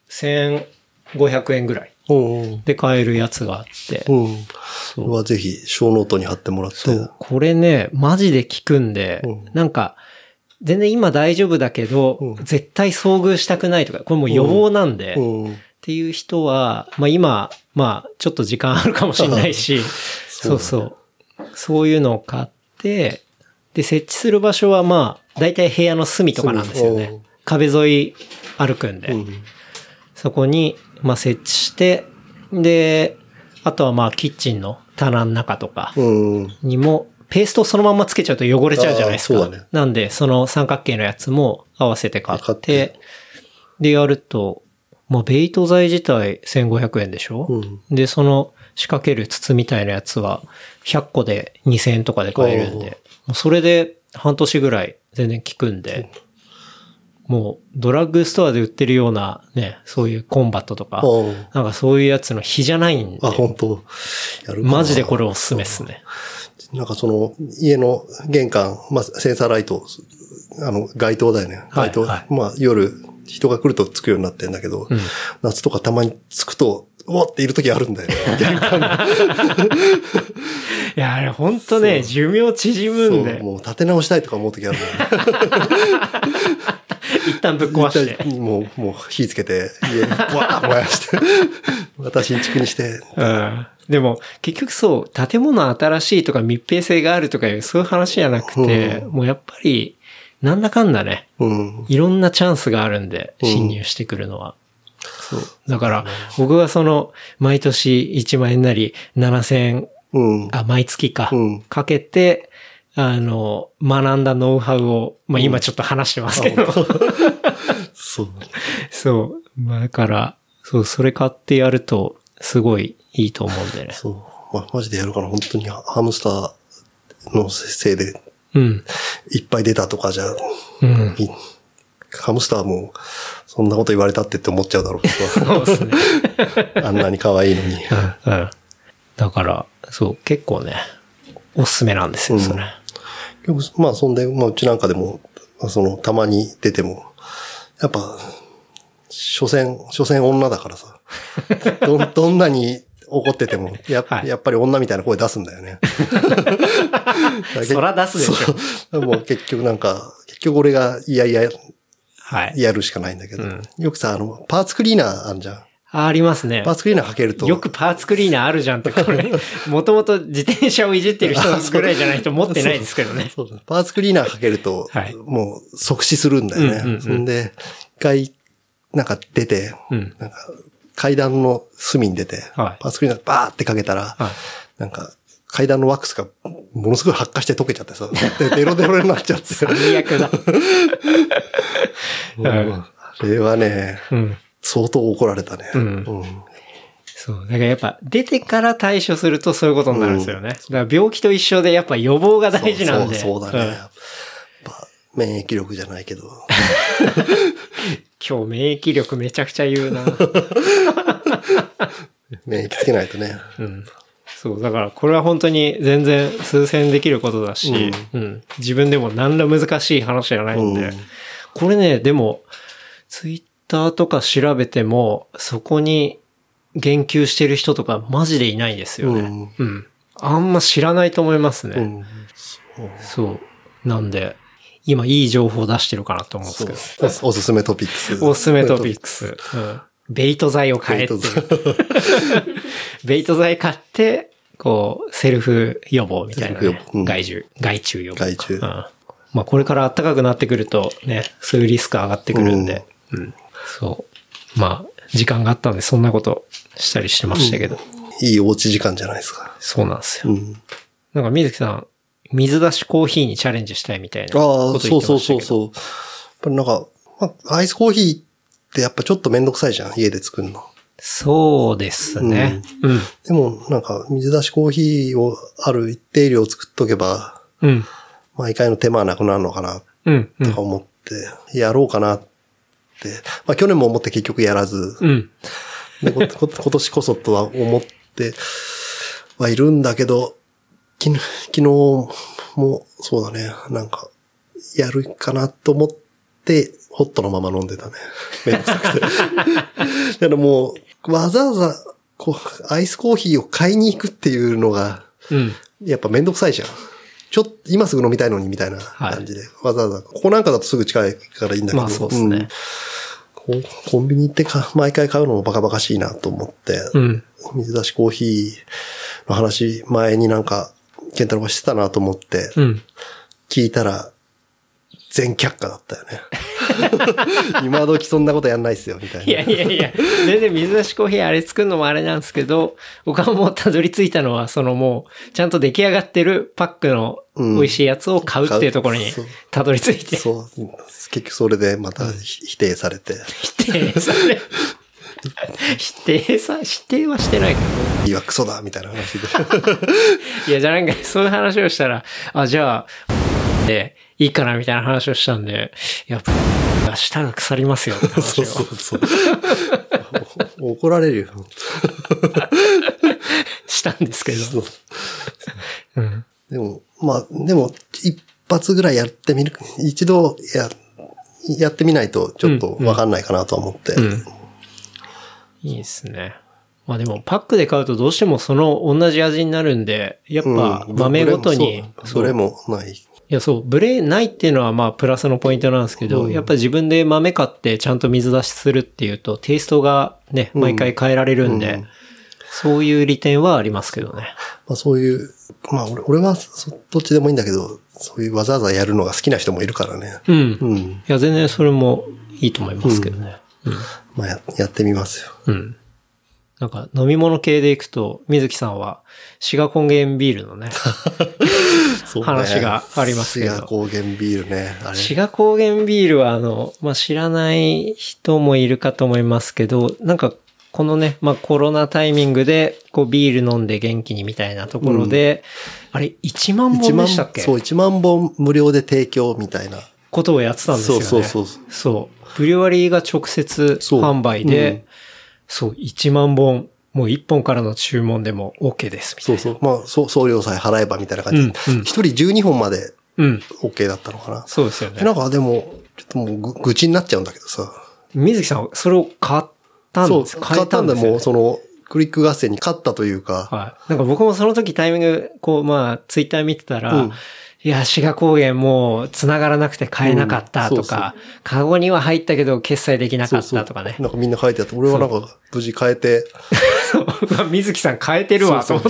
1500円ぐらいで買えるやつがあって、 それはぜひ小ノートに貼ってもらって。そう、 これね、マジで効くんで、なんか、全然今大丈夫だけど、絶対遭遇したくないとか、これもう予防なんで、っていう人は、まあ今、まあちょっと時間あるかもしれないし、そういうのを買って、で、設置する場所はまあ、だいたい部屋の隅とかなんですよね。壁沿い歩くんで。そこに、まあ設置して、で、あとはまあキッチンの棚の中とかにも、ペーストをそのまんまつけちゃうと汚れちゃうじゃないですか。なんで、その三角形のやつも合わせて買って、で、やると、まあ、ベイト剤自体1500円でしょ、で、その仕掛ける筒みたいなやつは100個で2000円とかで買えるんで、それで半年ぐらい全然効くんで、もうドラッグストアで売ってるようなね、そういうコンバットとか、なんかそういうやつの比じゃないんで、 本当やるかな。マジでこれおすすめっすね。 なんか家の玄関、まあ、センサーライト、街灯だよね。街灯。まあ、夜、人が来るとつくようになってんだけど、夏とかたまにつくと、うわっている時あるんだよね。玄関いや、あれほんとね、寿命縮むんで。 もう立て直したいとか思う時あるんだよね。 一旦ぶっ壊して。 もう火つけて、家にブワー燃やして、私に築にして。 でも、結局建物新しいとか密閉性があるとかいうそういう話じゃなくて、もうやっぱり、なんだかんだね、いろんなチャンスがあるんで、侵入してくるのは。そう。だから、僕は毎年1万円なり7000円、毎月か、かけて、学んだノウハウを、まあ今ちょっと話してますけど。 そう。 そう。だから、それ買ってやると、すごいいいと思うんでね。 そう。まあ、マジでやるから本当にハムスターのせいで、いっぱい出たとかじゃ、ハムスターも、そんなこと言われたって思っちゃうだろうけど。そうですね。あんなに可愛いのに。 だから、そう、結構ね、おすすめなんですよ、それ。 まあ、そんで、まあ、うちなんかでも、たまに出ても、やっぱ、所詮女だからさ。どんなに怒ってても、やっぱり女みたいな声出すんだよね。 そら出すでしょ。もう結局俺がやるしかないんだけど。よくさ、パーツクリーナーあるじゃん。 ありますね。 パーツクリーナーかけると。 よくパーツクリーナーあるじゃんって、これ、もともと自転車をいじってる人ぐらいじゃないと持ってないですけどね。 そうパーツクリーナーかけると、もう即死するんだよね。そんで、一回、なんか出て、なんか階段の隅に出て、パーツクリーナーバーってかけたら、なんか階段のワックスがものすごい発火して溶けちゃってさ、デロデロになっちゃって。 最悪だ。 あれはね、相当怒られたね。 そう。だからやっぱ出てから対処するとそういうことになるんですよね。だから病気と一緒でやっぱ予防が大事なんで。 そうだね。やっぱ免疫力じゃないけど。 今日免疫力めちゃくちゃ言うな。 免疫つけないとね。 そう。だからこれは本当に全然数千できることだし、自分でも何ら難しい話じゃないんで。これね、でも、ツイッターとか調べても、そこに言及してる人とかマジでいないんですよね。あんま知らないと思いますね。そう。なんで、今いい情報を出してるかなと思うんですけど。 おすすめトピックス。 おすすめトピックス。ベイト剤を買えっていう。ベイト剤買って、こう、セルフ予防みたいなね。害虫予防。害虫。まあこれから暖かくなってくるとね、そういうリスク上がってくるんで。そう。まあ、時間があったんでそんなことしたりしてましたけど。 いいおうち時間じゃないですか。 そうなんですよ。なんか水木さん、水出しコーヒーにチャレンジしたいみたいなこと言ってましたけど。 そう。やっぱりなんか、アイスコーヒーってやっぱちょっとめんどくさいじゃん、家で作るの。 そうですね。 でもなんか水出しコーヒーをある一定量作っとけば、毎回の手間はなくなるのかな、とか思って、やろうかなって、まあ去年も思って結局やらず、で今年こそとは思ってはいるんだけど、昨日もそうだね、なんか、やるかなと思って、ホットのまま飲んでたね。めんどくさくて。だからもう、わざわざ、アイスコーヒーを買いに行くっていうのが、やっぱめんどくさいじゃん。今すぐ飲みたいのにみたいな感じで。わざわざ、ここなんかだとすぐ近いからいいんだけど。 まあそうですね。 コンビニ行って毎回買うのもバカバカしいなと思って、水出しコーヒーの話、前になんか、ケンタロウがしてたなと思って、聞いたら、全却下だったよね。今時そんなことやんないっすよ、みたいな。 いや、全然水出しコーヒーあれ作るのもあれなんですけど、僕はもうたどり着いたのは、もう、ちゃんと出来上がってるパックの美味しいやつを買うっていうところにたどり着いて。 そう。結局それでまた否定されて。 否定され否定はしてないけど。 いや、クソだみたいな話で。 いや、じゃあなんか、そういう話をしたら、じゃあ、いいかなみたいな話をしたんで、いや、舌が腐りますよって話を。 そう。怒られるよ。 したんですけど。 でも、一発ぐらいやってみる。一度やってみないとちょっとわかんないかなと思って。 いいですね。まあでもパックで買うとどうしてもその同じ味になるんで、やっぱ豆ごとに。 それもない。 いやそう、ブレないっていうのはまあプラスのポイントなんですけど、やっぱ自分で豆買ってちゃんと水出しするっていうとテイストがね、毎回変えられるんで、そういう利点はありますけどね。 まあそういう、まあ俺はどっちでもいいんだけど、そういうわざわざやるのが好きな人もいるからね。 いや全然それもいいと思いますけどね。 まあやってみますよ。 なんか飲み物系でいくと、水木さんは志賀高原ビールのね、話がありますけど。 志賀高原ビールね。 志賀高原ビールはまあ、知らない人もいるかと思いますけど、なんかこのね、まあコロナタイミングでこうビール飲んで元気にみたいなところで、 あれ、1万本でしたっけ？ そう、1万本無料で提供みたいな。 ことをやってたんですよね。そう。ブリュワリーが直接販売で、そう、1万本、もう1本からの注文でも OK ですみたいな。 そう。まあ、送料さえ払えばみたいな感じで。1人12本まで OK だったのかな。 そうですよね。 なんかでも、ちょっともう愚痴になっちゃうんだけどさ。 水木さん、それを買ったんですか？ 買ったんで、もうその、クリック合戦に勝ったというか。 はい。なんか僕もその時タイミング、まあ、ツイッター見てたら、いや、志賀高原もう繋がらなくて買えなかったとか、カゴには入ったけど決済できなかったとかね。 なんかみんな書いてあって、俺はなんか無事変えて。 水木さん変えてるわと思って。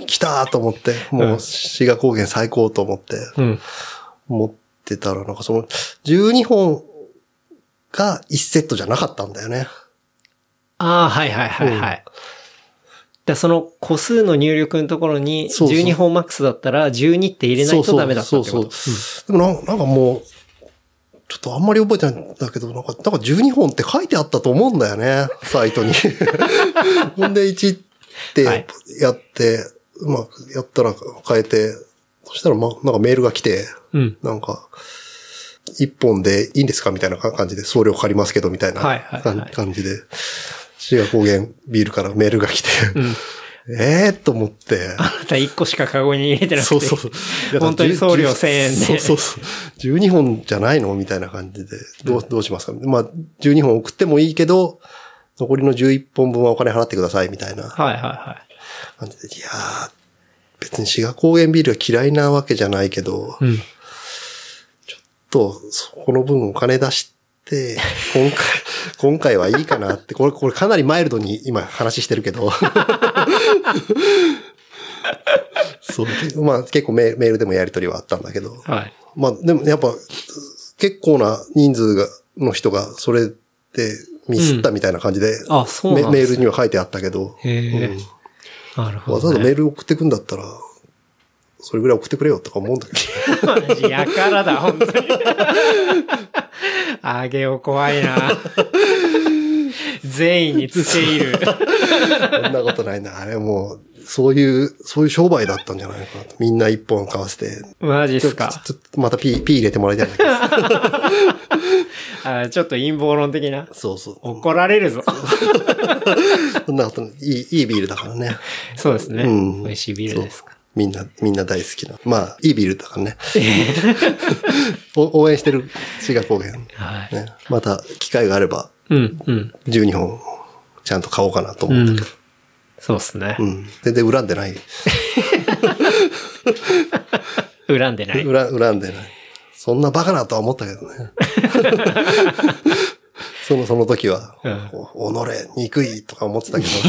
来たーと思って、もう志賀高原最高と思って、思ってたらなんかその12本が1セットじゃなかったんだよね。 ああ、はいはいはいはい。その個数の入力のところに12本マックスだったら12って入れないとダメだったってこと。 でもなんかもう、ちょっとあんまり覚えてないんだけど、なんか12本って書いてあったと思うんだよね、サイトに。ほんで1ってやって、うまくやったら変えて、そしたらなんかメールが来て、なんか、1本でいいんですかみたいな感じで送料かかりますけど、みたいな感じで。志賀高原ビールからメールが来て、と思って。 あなた1個しかカゴに入れてなくて。本当に送料1000円で。 そう。12本じゃないのみたいな感じで。どうしますか？まあ、12本送ってもいいけど、残りの11本分はお金払ってください、みたいな。感じで。いやー、別に志賀高原ビールが嫌いなわけじゃないけど、ちょっと、この分お金出して、今回はいいかなって、これかなりマイルドに今話してるけど。そう。まあ結構メールでもやり取りはあったんだけど。まあでもやっぱ結構な人数の人がそれでミスったみたいな感じで、メールには書いてあったけど。 なるほど、 わざわざメール送ってくんだったら、それぐらい送ってくれよとか思うんだけど。マジやからだ、本当に。あげよ怖いな。善意につけ入る。 そんなことないな。あれもう、そういう商売だったんじゃないかなと。みんな一本買わせて。 マジっすか。 ちょっとまたピー入れてもらいたいんだけど。ちょっと陰謀論的な。 そう。 怒られるぞ。 そんなこと、いいビールだからね。 そうですね。美味しいビールですか。 みんな大好きな。まあ、いいビールだからね。応援してる志賀高原。また、機会があれば、12本、ちゃんと買おうかなと思うんだけど。 そうですね。 全然恨んでない。 恨んでない。 恨んでない。そんなバカなとは思ったけどね。その時は、己、憎いとか思ってたけど。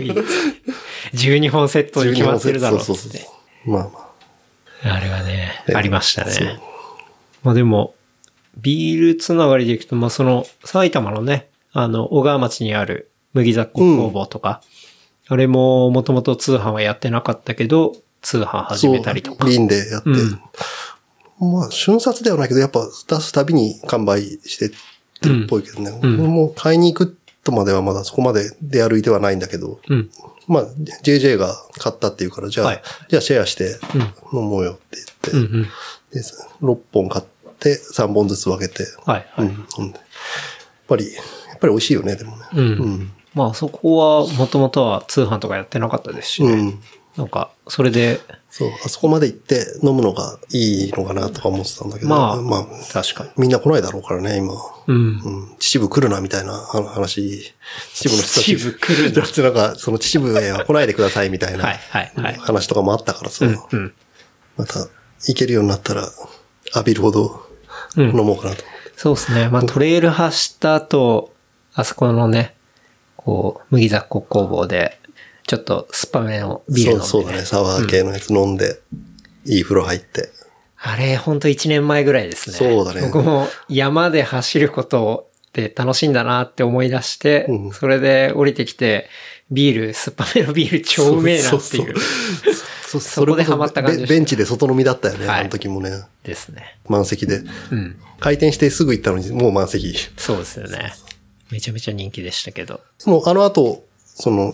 12本セットに決まってるだろうって。そう。 まあ。 あれはね、ありましたね。まあでも、ビールつながりでいくと、まあその、埼玉のね、小川町にある麦雑穀工房とか、あれももともと通販はやってなかったけど、通販始めたりとか。 瓶でやって。まあ、瞬殺ではないけど、やっぱ出すたびに完売してるっぽいけどね。もう買いに行くとまではまだそこまで出歩いてはないんだけど、まあ、JJ が買ったっていうから、じゃあシェアして飲もうよって言って、で6本買って3本ずつ分けて、やっぱり美味しいよね、でもね。 まあそこはもともとは通販とかやってなかったですしね。なんか、それで。 そう、あそこまで行って飲むのがいいのかなとか思ってたんだけど。 まあ、確かに。 みんな来ないだろうからね、今。秩父来るな、みたいな話。秩父の人たち。 秩父来るな。 だってなんか、その秩父へは来ないでください、みたいな話とかもあったからさ。また、行けるようになったら、浴びるほど飲もうかなと。 そうですね。まあ、トレイル走った後、あそこのね、こう、麦雑穀工房で、ちょっとスパめのビール飲んで、ね。 そうだね。サワー系のやつ飲んで、いい風呂入って。 あれ、ほんと1年前ぐらいですね。 そうだね。 僕も山で走ることって楽しいんだなって思い出して、それで降りてきて、ビール、スパめのビール超うめえなっていう。そこでハマった感じでした。 ベンチで外飲みだったよね、あの時もね。 ですね。 満席で。開店してすぐ行ったのに、もう満席。 そうですよね。めちゃめちゃ人気でしたけど。 もうあの後、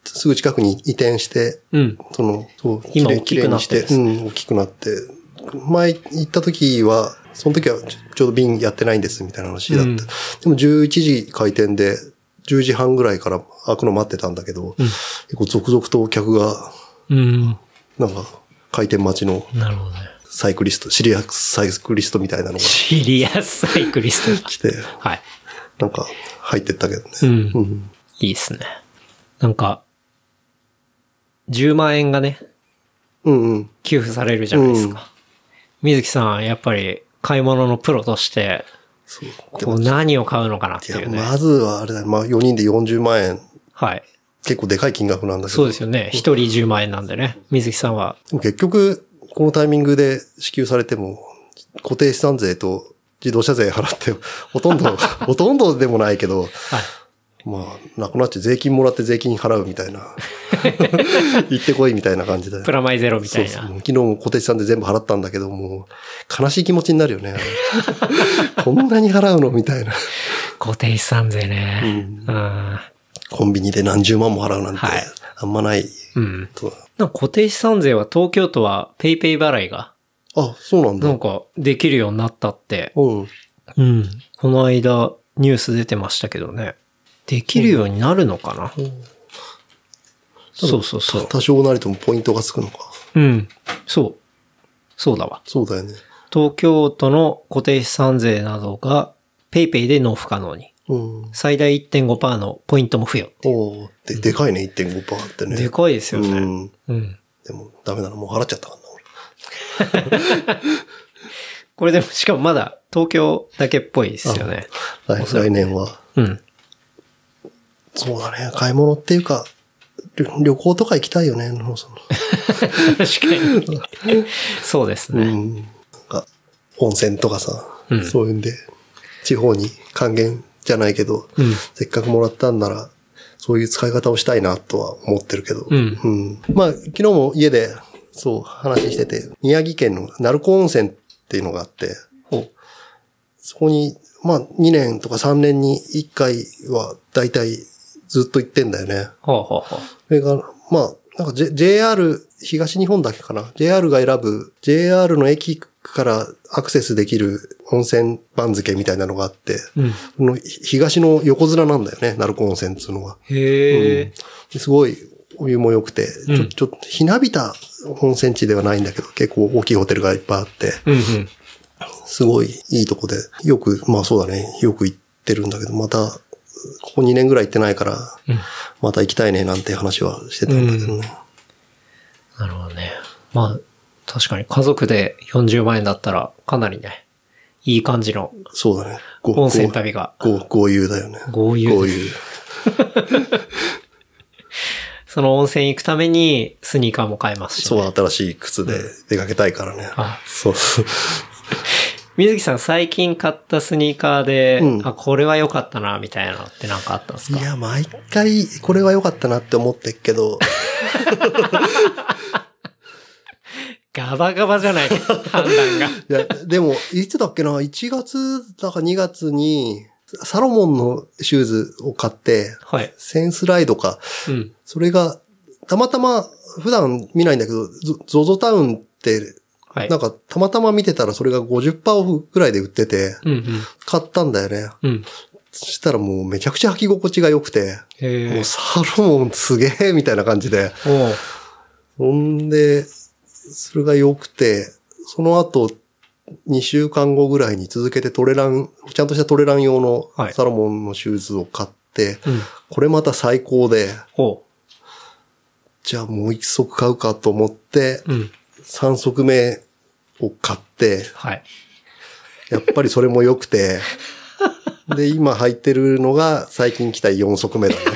すぐ近くに移転して、 今大きくなって、 大きくなって、前行った時は、その時はちょうど便やってないんですみたいな話だった。でも11時開店で、10時半ぐらいから開くの待ってたんだけど、結構続々と客が、なんか開店待ちの、 なるほどね。 サイクリスト、シリアスサイクリストみたいなのが。 シリアスサイクリスト来て、 はい。 なんか入ってったけどね。 いいっすね。なんか、10万円がね、給付されるじゃないですか。水木さん、やっぱり買い物のプロとして、こう何を買うのかなっていうね。 まずはあれだね、まあ4人で40万円。 はい。 結構でかい金額なんだけど。 そうですよね。1人10万円なんでね。水木さんは。 結局、このタイミングで支給されても、固定資産税と自動車税払って、ほとんどでもないけど、はい。まあ、なくなっちゃう。税金もらって税金払うみたいな。行ってこいみたいな感じで。 プラマイゼロみたいな。 そう昨日も固定資産税全部払ったんだけど、もう、悲しい気持ちになるよね。こんなに払うのみたいな。 固定資産税ね。 コンビニで何十万も払うなんて、あんまない。 固定資産税は東京都はペイペイ払いが。 あ、そうなんだ。 なんか、できるようになったって。この間、ニュース出てましたけどね。できるようになるのかな、そうそうそう。 多少なりともポイントがつくのか。 そうだわ。 そうだよね。 東京都の固定資産税などが、ペイペイで納付可能に。最大 1.5% のポイントも付与。 でかいね、1.5% ってね。 でかいですよね。 でも、ダメだな、もう払っちゃったからな、 俺。これでも、しかもまだ東京だけっぽいですよね。 来年は。そうだね、買い物っていうか、旅行とか行きたいよね、 確かに。そうですね。 温泉とかさ、そういうんで、地方に還元じゃないけど、せっかくもらったんなら、そういう使い方をしたいなとは思ってるけど。まあ、昨日も家で、そう、話してて、宮城県の鳴子温泉っていうのがあって、そこに、まあ、2年とか3年に1回は、だいたいずっと行ってんだよね。それが、まあ、なんか、JR、東日本だけかな。JR が選ぶ、JR の駅からアクセスできる温泉番付みたいなのがあって、東の横綱なんだよね、鳴子温泉っていうのは。すごい、お湯も良くて、ちょっと、ひなびた温泉地ではないんだけど、結構大きいホテルがいっぱいあって、すごいいいとこで、まあそうだね、よく行ってるんだけど、また、ここ2年ぐらい行ってないから、また行きたいねなんて話はしてたんだけどね。 なるほどね。まあ、確かに家族で40万円だったら、かなりね、いい感じの。 そうだね。 温泉旅が。 豪遊だよね。 豪遊。その温泉行くためにスニーカーも買えますし、 そう、新しい靴で出かけたいからね。そう。 水木さん最近買ったスニーカーで、これは良かったな、みたいなのってなんかあったんですか？ いや、毎回これは良かったなって思ってっけど。 ガバガバじゃない判断が。いや、でも、いつだっけな、1月だか2月に、サロモンのシューズを買って、センスライドか。それが、たまたま、普段見ないんだけど、ZOZO タウンって、なんか、たまたま見てたらそれが 50% オフぐらいで売ってて、買ったんだよね。そしたらもうめちゃくちゃ履き心地が良くて、もうサロモンすげえみたいな感じで。そんで、それが良くて、その後、2週間後ぐらいに続けてちゃんとしたトレラン用のサロモンのシューズを買って、これまた最高で、じゃあもう1足買うかと思って、3足目を買って、やっぱりそれも良くて、で、今履いてるのが最近来た4足目だね。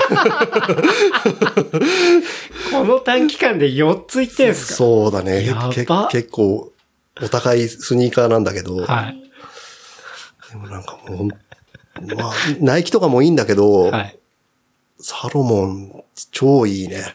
この短期間で4ついってんすか？ そうだね。結構お高いスニーカーなんだけど、でもなんかもう、まあ、ナイキとかもいいんだけど、サロモン超いいね。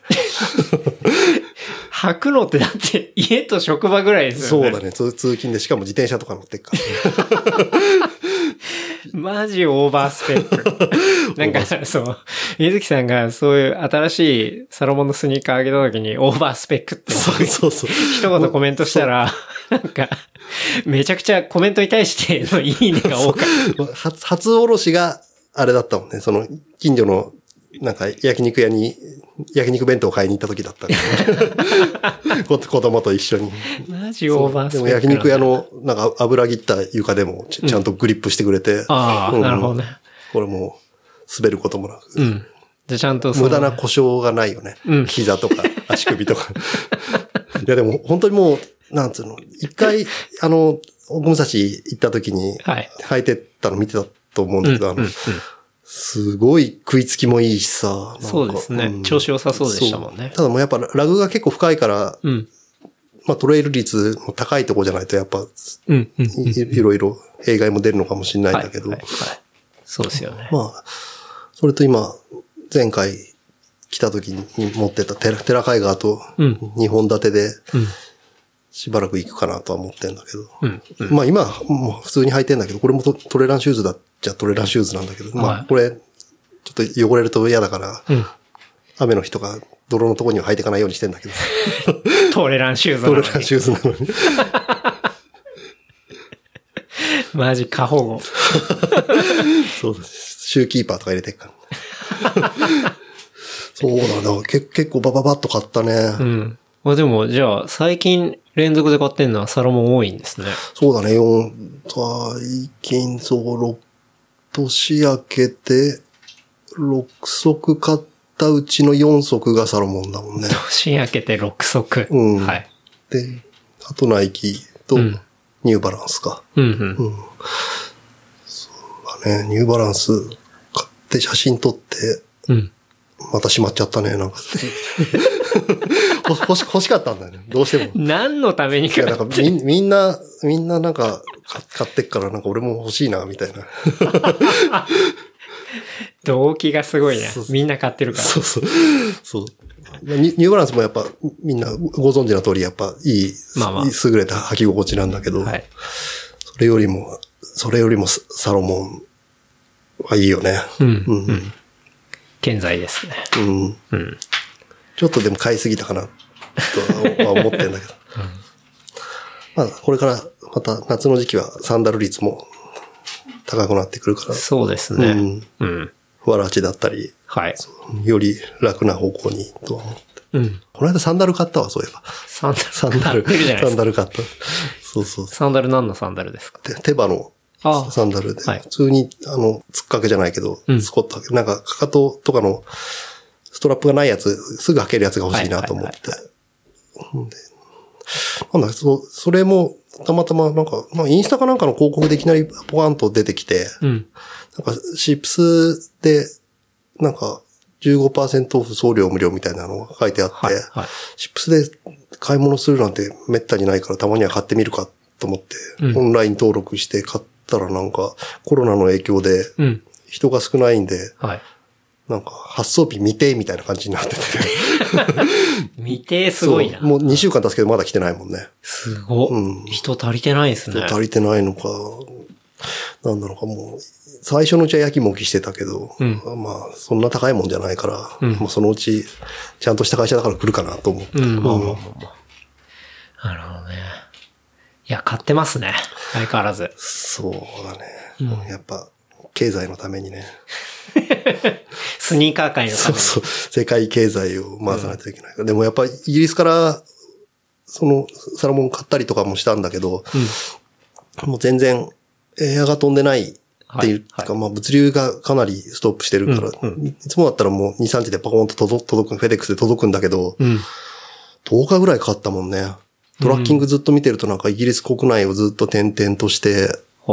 履くのってだって家と職場ぐらいですよね。 そうだね。通勤でしかも自転車とか乗ってっから、ね。 マジオーバースペック。なんか、そう、水木さんがそういう新しいサロモンのスニーカーあげた時にオーバースペックってそう一言コメントしたら、なんか、めちゃくちゃコメントに対してのいいねが多かった。 初おろしがあれだったもんね。その、近所の、なんか焼肉屋に、焼肉弁当を買いに行った時だったんで子供と一緒に。 マジオーバースペック。 でも焼肉屋の、なんか油切った床でもちゃんとグリップしてくれて。 ああ、なるほどね。 これも滑ることもなく。 うん。じゃちゃんと無駄な故障がないよね。膝とか足首とか。いやでも本当にもう、なんつうの、一回、奥武蔵行った時に、履いてったの見てたと思うんだけど、すごい食いつきもいいしさ。 そうですね。調子良さそうでしたもんね。 ただもうやっぱラグが結構深いから、まあトレイル率も高いとこじゃないとやっぱ、いろいろ弊害も出るのかもしれないんだけど。 そうですよね。 まあ、それと今、前回来た時に持ってた寺海川と2本立てで、しばらく行くかなとは思ってんだけど。まあ今はもう普通に履いてんだけど、これもトレランシューズだっちゃトレランシューズなんだけど、まあこれ、ちょっと汚れると嫌だから、雨の日とか泥のとこには履いていかないようにしてんだけど。 トレランシューズなのに。 トレランシューズなのに。 マジ過保護。 そうです。シューキーパーとか入れてっから。そうなんだ。結構バババッと買ったね。 でも、じゃあ、最近連続で買ってんのはサロモン多いんですね。 そうだね。最近、年明けて、6足買ったうちの4足がサロモンだもんね。 年明けて6足。はい。 で、あとナイキとニューバランスか。そうだね。ニューバランス買って写真撮って、またしまっちゃったね、なんか。欲しかったんだよね。どうしても。 何のためにか。 なんかみんななんか買ってっからなんか俺も欲しいな、みたいな。 動機がすごいな。みんな買ってるから。 そう。ニューバランスもやっぱみんなご存知の通りやっぱいい、優れた履き心地なんだけど、それよりもサロモンはいいよね。 健在ですね。 ちょっとでも買いすぎたかなとは思ってんだけど。まあこれからまた夏の時期はサンダル率も高くなってくるから。 そうですね。 わらちだったり、より楽な方向にとは思って。この間サンダル買ったわ、そういえば。 サンダル買った。そう。 サンダル何のサンダルですか？ 手羽のサンダルで。普通に、つっかけじゃないけど、スコットなんか、かかととかのストラップがないやつ、すぐ履けるやつが欲しいなと思って。なんだ、それも、たまたまなんか、インスタかなんかの広告でいきなりポカンと出てきて、なんか、シップスで、なんか、15% オフ送料無料みたいなのが書いてあって、シップスで買い物するなんてめったにないからたまには買ってみるかと思って、オンライン登録して買ったらなんか、コロナの影響で、人が少ないんで、なんか、発送日未定みたいな感じになってて。 未定すごいな。 もう2週間経つけどまだ来てないもんね。 すごい。人足りてないですね。 人足りてないのか、なんだろうかもう、最初のうちはやきもきしてたけど、まあ、そんな高いもんじゃないから、もうそのうち、ちゃんとした会社だから来るかなと思って。なるほどね。 いや、買ってますね。相変わらず。 そうだね。やっぱ、経済のためにね。 スニーカー界のために。 そう。世界経済を回さないといけないから。でもやっぱりイギリスから、サロモン買ったりとかもしたんだけど、もう全然エアが飛んでないっていうか、まあ物流がかなりストップしてるから、いつもだったらもう2、3日でパコーンと届く、フェデックスで届くんだけど、10日ぐらいかかったもんね。トラッキングずっと見てるとなんかイギリス国内をずっと転々として、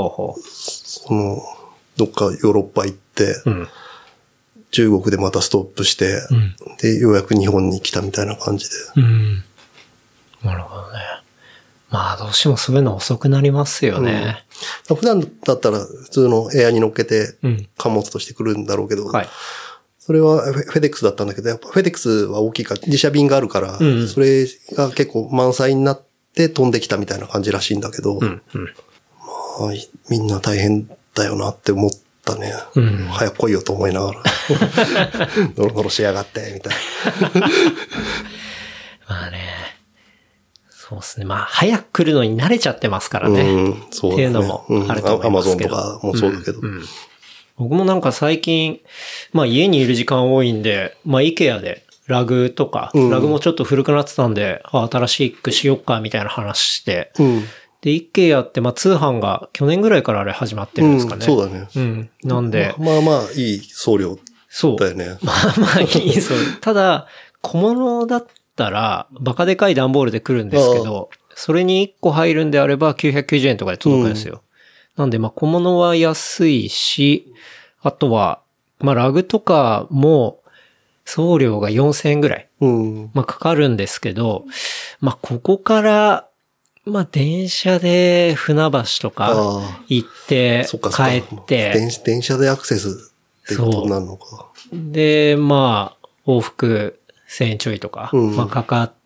どっかヨーロッパ行って、中国でまたストップして、で、ようやく日本に来たみたいな感じで。 なるほどね。まあ、どうしてもそういうの遅くなりますよね。 普段だったら普通のエアに乗っけて貨物として来るんだろうけど、それはフェデックスだったんだけど、やっぱフェデックスは大きいから自社便があるから、それが結構満載になって飛んできたみたいな感じらしいんだけど、まあ、みんな大変ったよなって思ったね。うん、早く来いよと思いながら。ドロドロしやがって、みたいな。 まあね。そうですね。まあ、早く来るのに慣れちゃってますからね。 うん、そうだね。 っていうのもあると思いますけど。 Amazon とかもそうだけど。 うんうん、僕もなんか最近、まあ家にいる時間多いんで、まあ IKEA でラグとか、ラグもちょっと古くなってたんで、新しくしよっかみたいな話して、で、IKEA ってまあ通販が去年ぐらいからあれ始まってるんですかね。 そうだね。 なんで。 まあまあいい送料だよね。 まあまあいい送料。ただ、小物だったら、バカでかい段ボールで来るんですけど、それに1個入るんであれば990円とかで届くんですよ。なんでまあ小物は安いし、あとは、まあラグとかも、送料が4000円ぐらい。まあかかるんですけど、まあここから、まあ電車で船橋とか行って帰って。 電車でアクセスってことになるのか。 で、まあ往復1000円ちょいとか、まあかかって、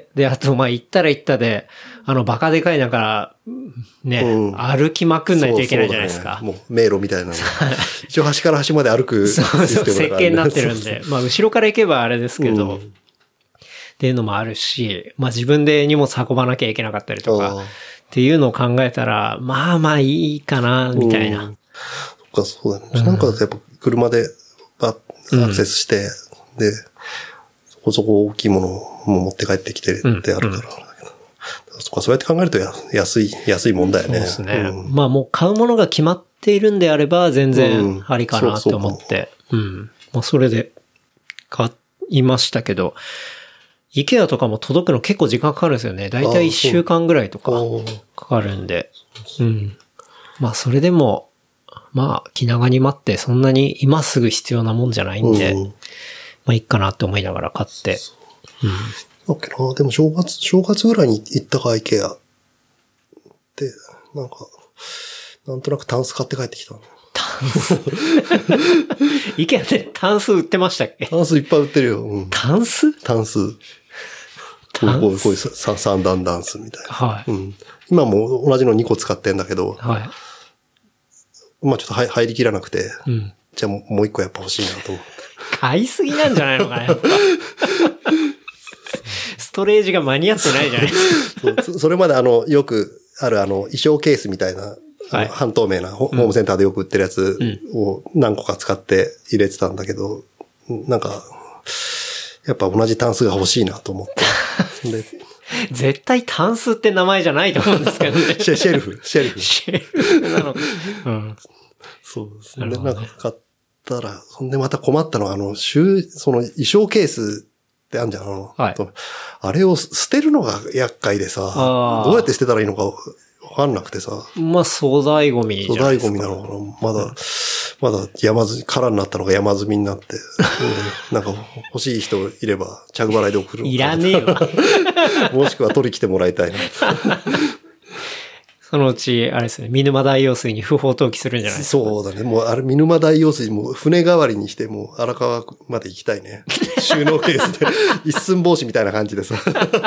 で、あとまあ行ったら行ったで、バカでかいだから、ね、歩きまくんないといけないじゃないですか。 もう迷路みたいなの。一応端から端まで歩くシステムだからね。 そう、設計になってるんで。まあ後ろから行けばあれですけど、っていうのもあるし、まあ自分で荷物運ばなきゃいけなかったりとか、っていうのを考えたら、まあまあいいかな、みたいな。 そっか、そうだね。なんかやっぱ車でアクセスして、で、そこそこ大きいものも持って帰ってきてってあるから。そっか、そうやって考えると安いもんだよね。 そうですね。まあもう買うものが決まっているんであれば全然ありかなって思って。まあそれで買いましたけど、IKEA とかも届くの結構時間かかるんですよね。だいたい1週間ぐらいとかかかるんで。まあそれでも、まあ気長に待ってそんなに今すぐ必要なもんじゃないんで、まあいいかなって思いながら買って。 だっけな。でも正月ぐらいに行ったか、IKEA。で、なんとなくタンス買って帰ってきたの。 タンスIKEA でタンス売ってましたっけ？ タンスいっぱい売ってるよ。 タンスこういう三段ダンスみたいな。 はい。 今も同じの2個使ってんだけど、 はい。 まあちょっと入りきらなくて、じゃあもう1個やっぱ欲しいなと思って。 買いすぎなんじゃないのかな、やっぱ。ストレージが間に合ってないじゃないですか。 それまでよくある衣装ケースみたいな、半透明なホームセンターでよく売ってるやつを何個か使って入れてたんだけど、なんか、やっぱ同じタンスが欲しいなと思って。で絶対タンスって名前じゃないと思うんですけどね。 シェルフなの。 そうですね。なんか買ったら、そんでまた困ったのは、その衣装ケースってあるじゃん。あれを捨てるのが厄介でさ、どうやって捨てたらいいのかわかんなくてさ。 まあ、粗大ゴミじゃないですか。 粗大ゴミなのかな。まだ空になったのが山積みになって。なんか欲しい人いれば着払いで送る。 いらねえわ。 もしくは取り来てもらいたいな。 そのうち、あれですね、見沼大用水に不法投棄するんじゃないですか。 そうだね。もう見沼大用水も船代わりにして、もう荒川まで行きたいね。収納ケースで。一寸法師みたいな感じでさ。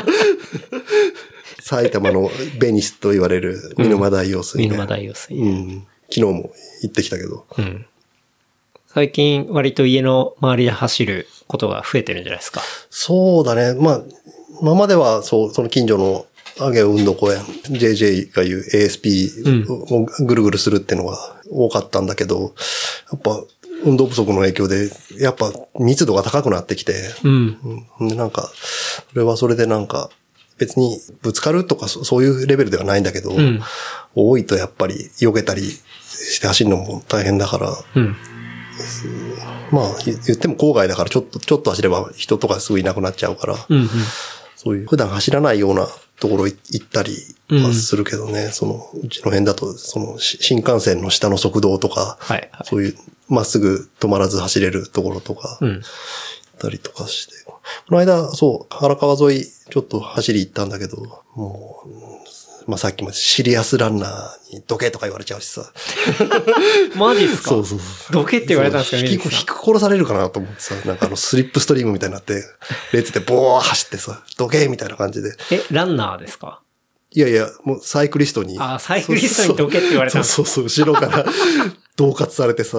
埼玉のベニスと言われる見沼大用水、ね。 見沼大用水。 昨日も行ってきたけど。 最近割と家の周りで走ることが増えてるんじゃないですか。 そうだね。まあ、今まではその近所の上尾運動公園、JJ が言う ASP をぐるぐるするっていうのが多かったんだけど、やっぱ運動不足の影響で、やっぱ密度が高くなってきて、でなんか、それはそれでなんか、別にぶつかるとかそういうレベルではないんだけど、多いとやっぱり避けたりして走るのも大変だから、まあ言っても郊外だからちょっと走れば人とかすぐいなくなっちゃうから、そういう普段走らないようなところ行ったりはするけどね、うちの辺だと、新幹線の下の側道とか、そういうまっすぐ止まらず走れるところとか、行ったりとかして。この間、荒川沿いちょっと走り行ったんだけど、もう、まあ、さっきもシリアスランナーにどけとか言われちゃうしさ。 マジっすか？ そう。 どけって言われたんですか？ 引く殺されるかなと思ってさ、なんかスリップストリームみたいになって、列でボー走ってさ、どけみたいな感じで。 ランナーですか？ いやいや、もうサイクリストに。 ああ、サイクリストにどけって言われたんそうそうそう、後ろから恫喝されてさ。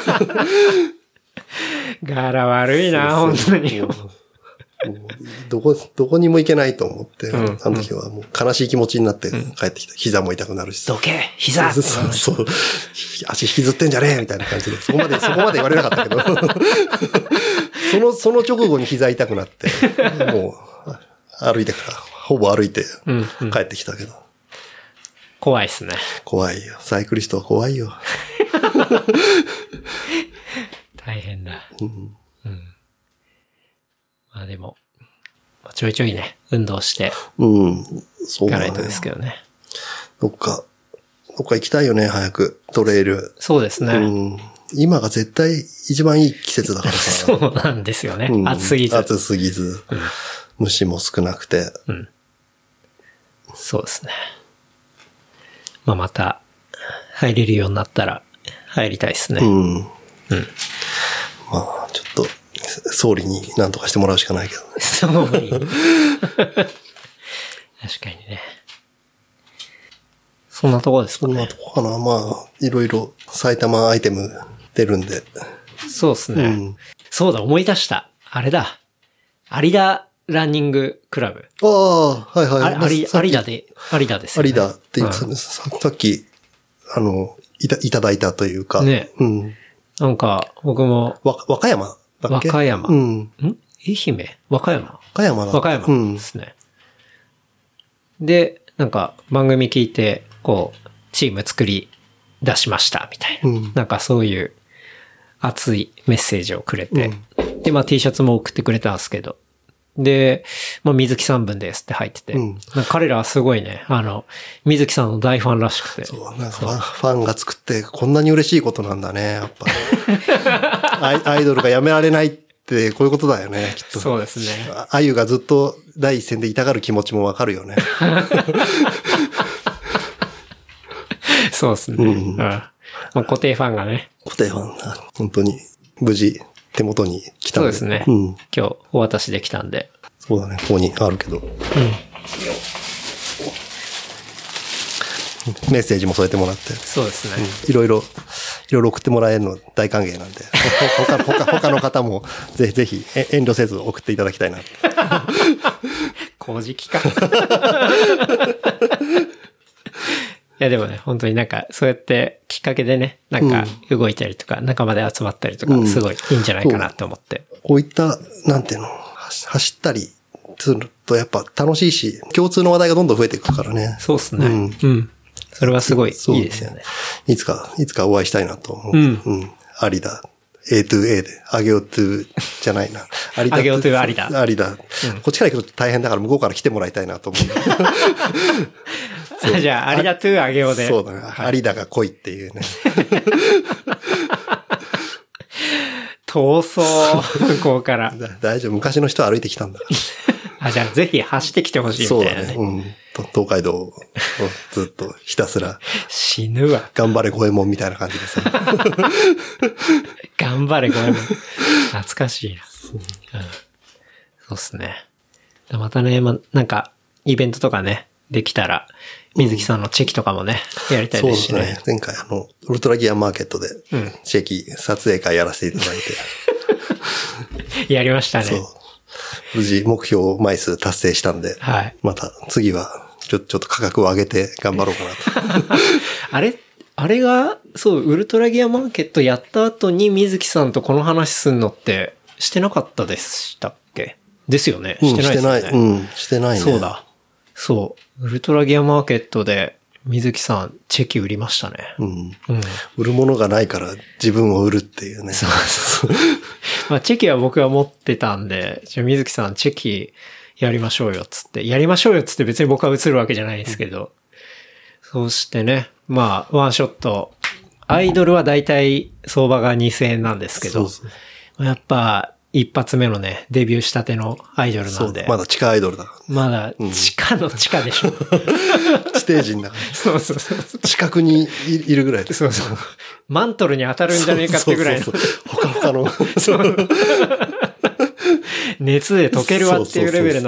柄悪いな、本当に。 どこにも行けないと思って、あの時はもう悲しい気持ちになって帰ってきた。膝も痛くなるし。 どけ膝そう。足引きずってんじゃねえみたいな感じで。そこまで言われなかったけど。その直後に膝痛くなって、もう歩いてから、ほぼ歩いて帰ってきたけど。 怖いっすね。 怖いよ。サイクリストは怖いよ。 大変だ。まあでも、ちょいちょいね、運動して、 そういかないとですけどね。 どっか行きたいよね、早く。トレイル。 そうですね。 今が絶対一番いい季節だからさ。 そうなんですよね。暑すぎず。 暑すぎず。虫も少なくて。 そうですね。まあまた、入れるようになったら、入りたいですね。 まあ、ちょっと、総理に何とかしてもらうしかないけどね。 総理。確かにね。そんなとこですかね。 そんなとこかな。まあ、いろいろ埼玉アイテム出るんで。 そうですね。そうだ、思い出した。あれだ。有田ランニングクラブ。 ああ、はいはい。 有田ですよね。 有田って言ってたんです。さっき、いただいたというか。 ね。なんか、僕も。 和歌山だっけ？ 和歌山。愛媛？和歌山？和歌山ですね。で、なんか番組聞いて、こう、チーム作り出しました、みたいな。なんかそういう熱いメッセージをくれて。で、まあ T シャツも送ってくれたんですけど。で、まあ水木3分ですって入ってて。彼らはすごいね、水木さんの大ファンらしくて。 そう、なんかファンが作ってこんなに嬉しいことなんだね、やっぱ。アイドルがやめられないってこういうことだよね、きっと。 そうですね。 あゆがずっと第一線で痛がる気持ちもわかるよね。 そうですね。まあ、固定ファンがね。 固定ファンが本当に無事手元に来たんで。 そうですね。今日お渡しできたんで。 そうだね、ここにあるけど。メッセージも添えてもらって。 そうですね。 いろいろ送ってもらえるの大歓迎なんで。他の方もぜひ遠慮せず送っていただきたいな。 工事期間。いやでもね、本当になんかそうやってきっかけでね、なんか動いたりとか、仲間で集まったりとか、すごいいいんじゃないかなと思って。 こういった、なんていうの、走ったりするとやっぱ楽しいし、共通の話題がどんどん増えていくからね。 そうっすね。それはすごいいいですよね。 いつかお会いしたいなと思う。有田。A to A で、あげお to じゃないな。 あげお to 有田。 有田。こっちから行くと大変だから向こうから来てもらいたいなと思う。 じゃあ、有田 to あげおで。 そうだね。有田が来いっていうね。 逃走、向こうから。 大丈夫。昔の人は歩いてきたんだから。 じゃあぜひ走ってきてほしいみたいなね。 そうだね。東海道をずっとひたすら。 死ぬわ。 頑張れ五右衛門みたいな感じでさ。 頑張れ五右衛門。懐かしいな。そうっすね。またね、なんか、イベントとかね、できたら、水木さんのチェキとかもね、やりたいですしね。 そうですね。前回ウルトラギアマーケットで、チェキ撮影会やらせていただいて。やりましたね。そう。 無事目標枚数達成したんで、はい。また次は、ちょっと価格を上げて頑張ろうかなと。 あれが、そう、ウルトラギアマーケットやった後に水木さんとこの話すんのってしてなかったでしたっけ？ですよね。してないですよね。 してないね。 そうだ。そう。ウルトラギアマーケットで水木さんチェキ売りましたね。 売るものがないから自分を売るっていうね。そう。 まあチェキは僕が持ってたんで、じゃあ水木さんチェキやりましょうよっつって。やりましょうよっつって別に僕は映るわけじゃないですけど。そうしてね。まあ、ワンショット。アイドルはだいたい相場が2000円なんですけど。やっぱ、一発目のね、デビューしたてのアイドルなんで。 まだ地下アイドルだから、 ね。まだ、地下の地下でしょ。 地底人だから。そう。近くにいるぐらいで。 そう。マントルに当たるんじゃねえかってぐらいの。 ほかの。 熱で溶けるわっていうレベルの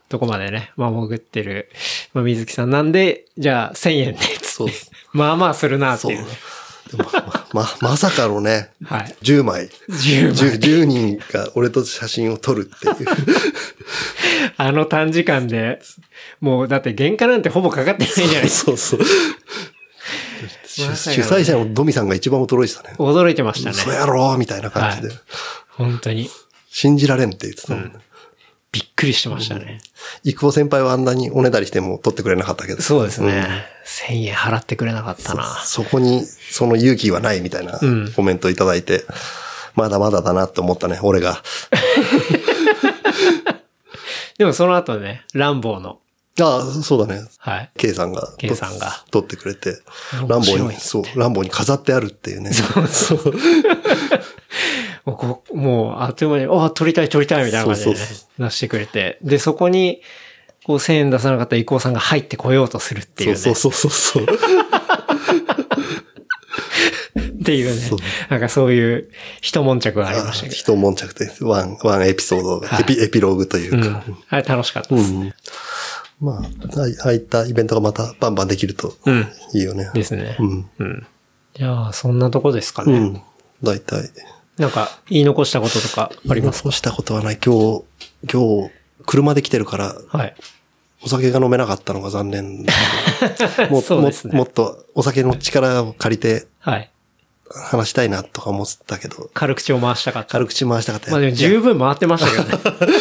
とこまでね、まあ潜ってる、まあ、水木さんなんで、じゃあ1000円で。 そう。 まあまあするなっていう。 でもまさかのね、 はい、 10枚。10人が俺と写真を撮るっていう。 あの短時間で、もうだって原価なんてほぼかかってないじゃないですか。 そう。主催者のドミさんが一番驚いてたね。 驚いてましたね。 そうやろみたいな感じで、はい。 本当に。 信じられんって言ってたもんね。 びっくりしてましたね。 郁夫先輩はあんなにおねだりしても取ってくれなかったけど。 そうですね。1000円払ってくれなかったな。 そこにその勇気はないみたいなコメントいただいて、まだまだだなって思ったね、俺が。 でもその後ね、ランボーの。 ああ、そうだね。 はい。 K さんが撮ってくれて、ランボーに飾ってあるっていうね。そう。 もう、あっという間に、撮りたいみたいな感じでね、出してくれて。で、そこに、こう1000円出さなかった郁夫さんが入ってこようとするっていうね。そう。っていうね。なんかそういう一悶着がありましたけど。 一悶着で、ワンエピソード、はい、エピローグというか。 あれ楽しかったです。 まあ、ああいったイベントがまたバンバンできるといいよね。 ですね。じゃあ、そんなとこですかね。 大体。 なんか、言い残したこととかありますか？ 言い残したことはない。今日、車で来てるから、 はい。 お酒が飲めなかったのが残念。もっとお酒の力を借りて、 はい。 話したいなとか思ってたけど。 軽口を回したかった。 軽口回したかった。 まあでも十分回ってましたけどね。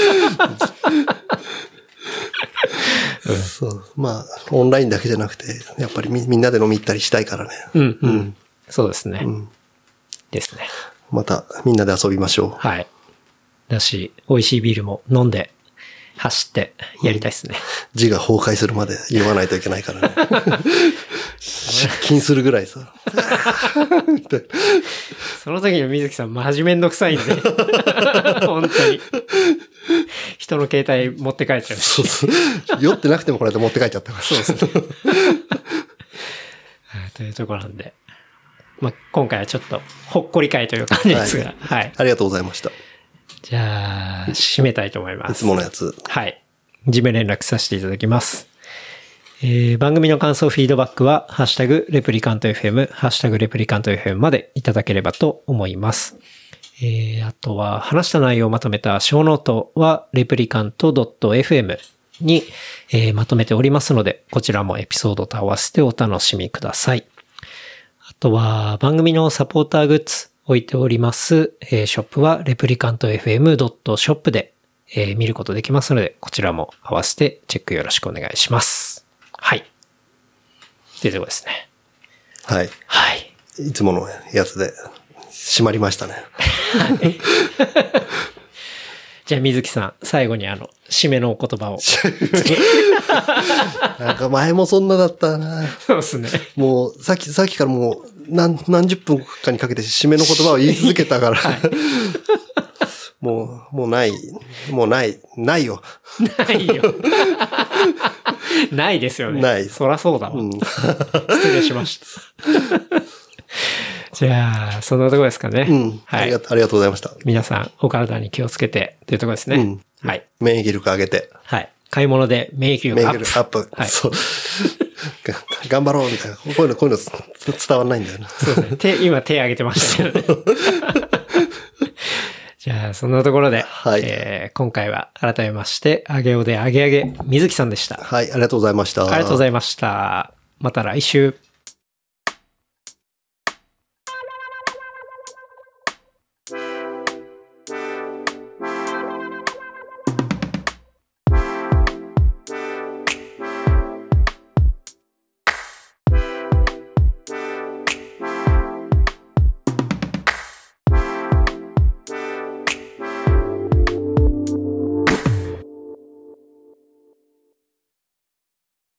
そう。まあ、オンラインだけじゃなくて、やっぱりみんなで飲み行ったりしたいからね。 そうですね。ですね。 またみんなで遊びましょう。 はい。だし、美味しいビールも飲んで、走ってやりたいですね。 字が崩壊するまで言わないといけないからね。失禁するぐらいさ。 その時の水木さんマジめんどくさいんで。本当に。人の携帯持って帰っちゃうし。 そう。酔ってなくてもこれで持って帰っちゃったから。 そうですね。というところなんで。まあ、今回はちょっとほっこり会という感じですが。はい。 ありがとうございました。 じゃあ、締めたいと思います。 いつものやつ。 はい。事務連絡させていただきます。番組の感想、フィードバックは、ハッシュタグレプリカント FM、ハッシュタグレプリカント FM までいただければと思います。あとは、話した内容をまとめた小ノートは、レプリカント .fm に、まとめておりますので、こちらもエピソードと合わせてお楽しみください。あとは、番組のサポーターグッズ、置いております、ショップは replicantfm.shop で、見ることできますので、こちらも合わせてチェックよろしくお願いします。はい。っていうところですね。 はい。 はい。 いつものやつで締まりましたね。はい。 じゃあ水木さん、最後に締めのお言葉を。 なんか前もそんなだったな。 そうですね。 もう、さっきからもう何十分かにかけて締めの言葉を言い続けたから。はい、もうないよ。 ないよ。ないですよね。 ない。 そらそうだわ。失礼しました。じゃあ、そんなところですかね。 はい。ありがとうございました。 皆さん、お体に気をつけて、というところですね。はい。 免疫力上げて。 はい。買い物で免疫力アップ。免疫力アップ。 はい。そう。頑張ろうみたいな。こういうの伝わんないんだよな。 そうね。今手挙げてましたよね。じゃあ、そんなところで、はい。今回は改めまして、あげおであげあげ、水木さんでした。 はい。ありがとうございました。 ありがとうございました。また来週。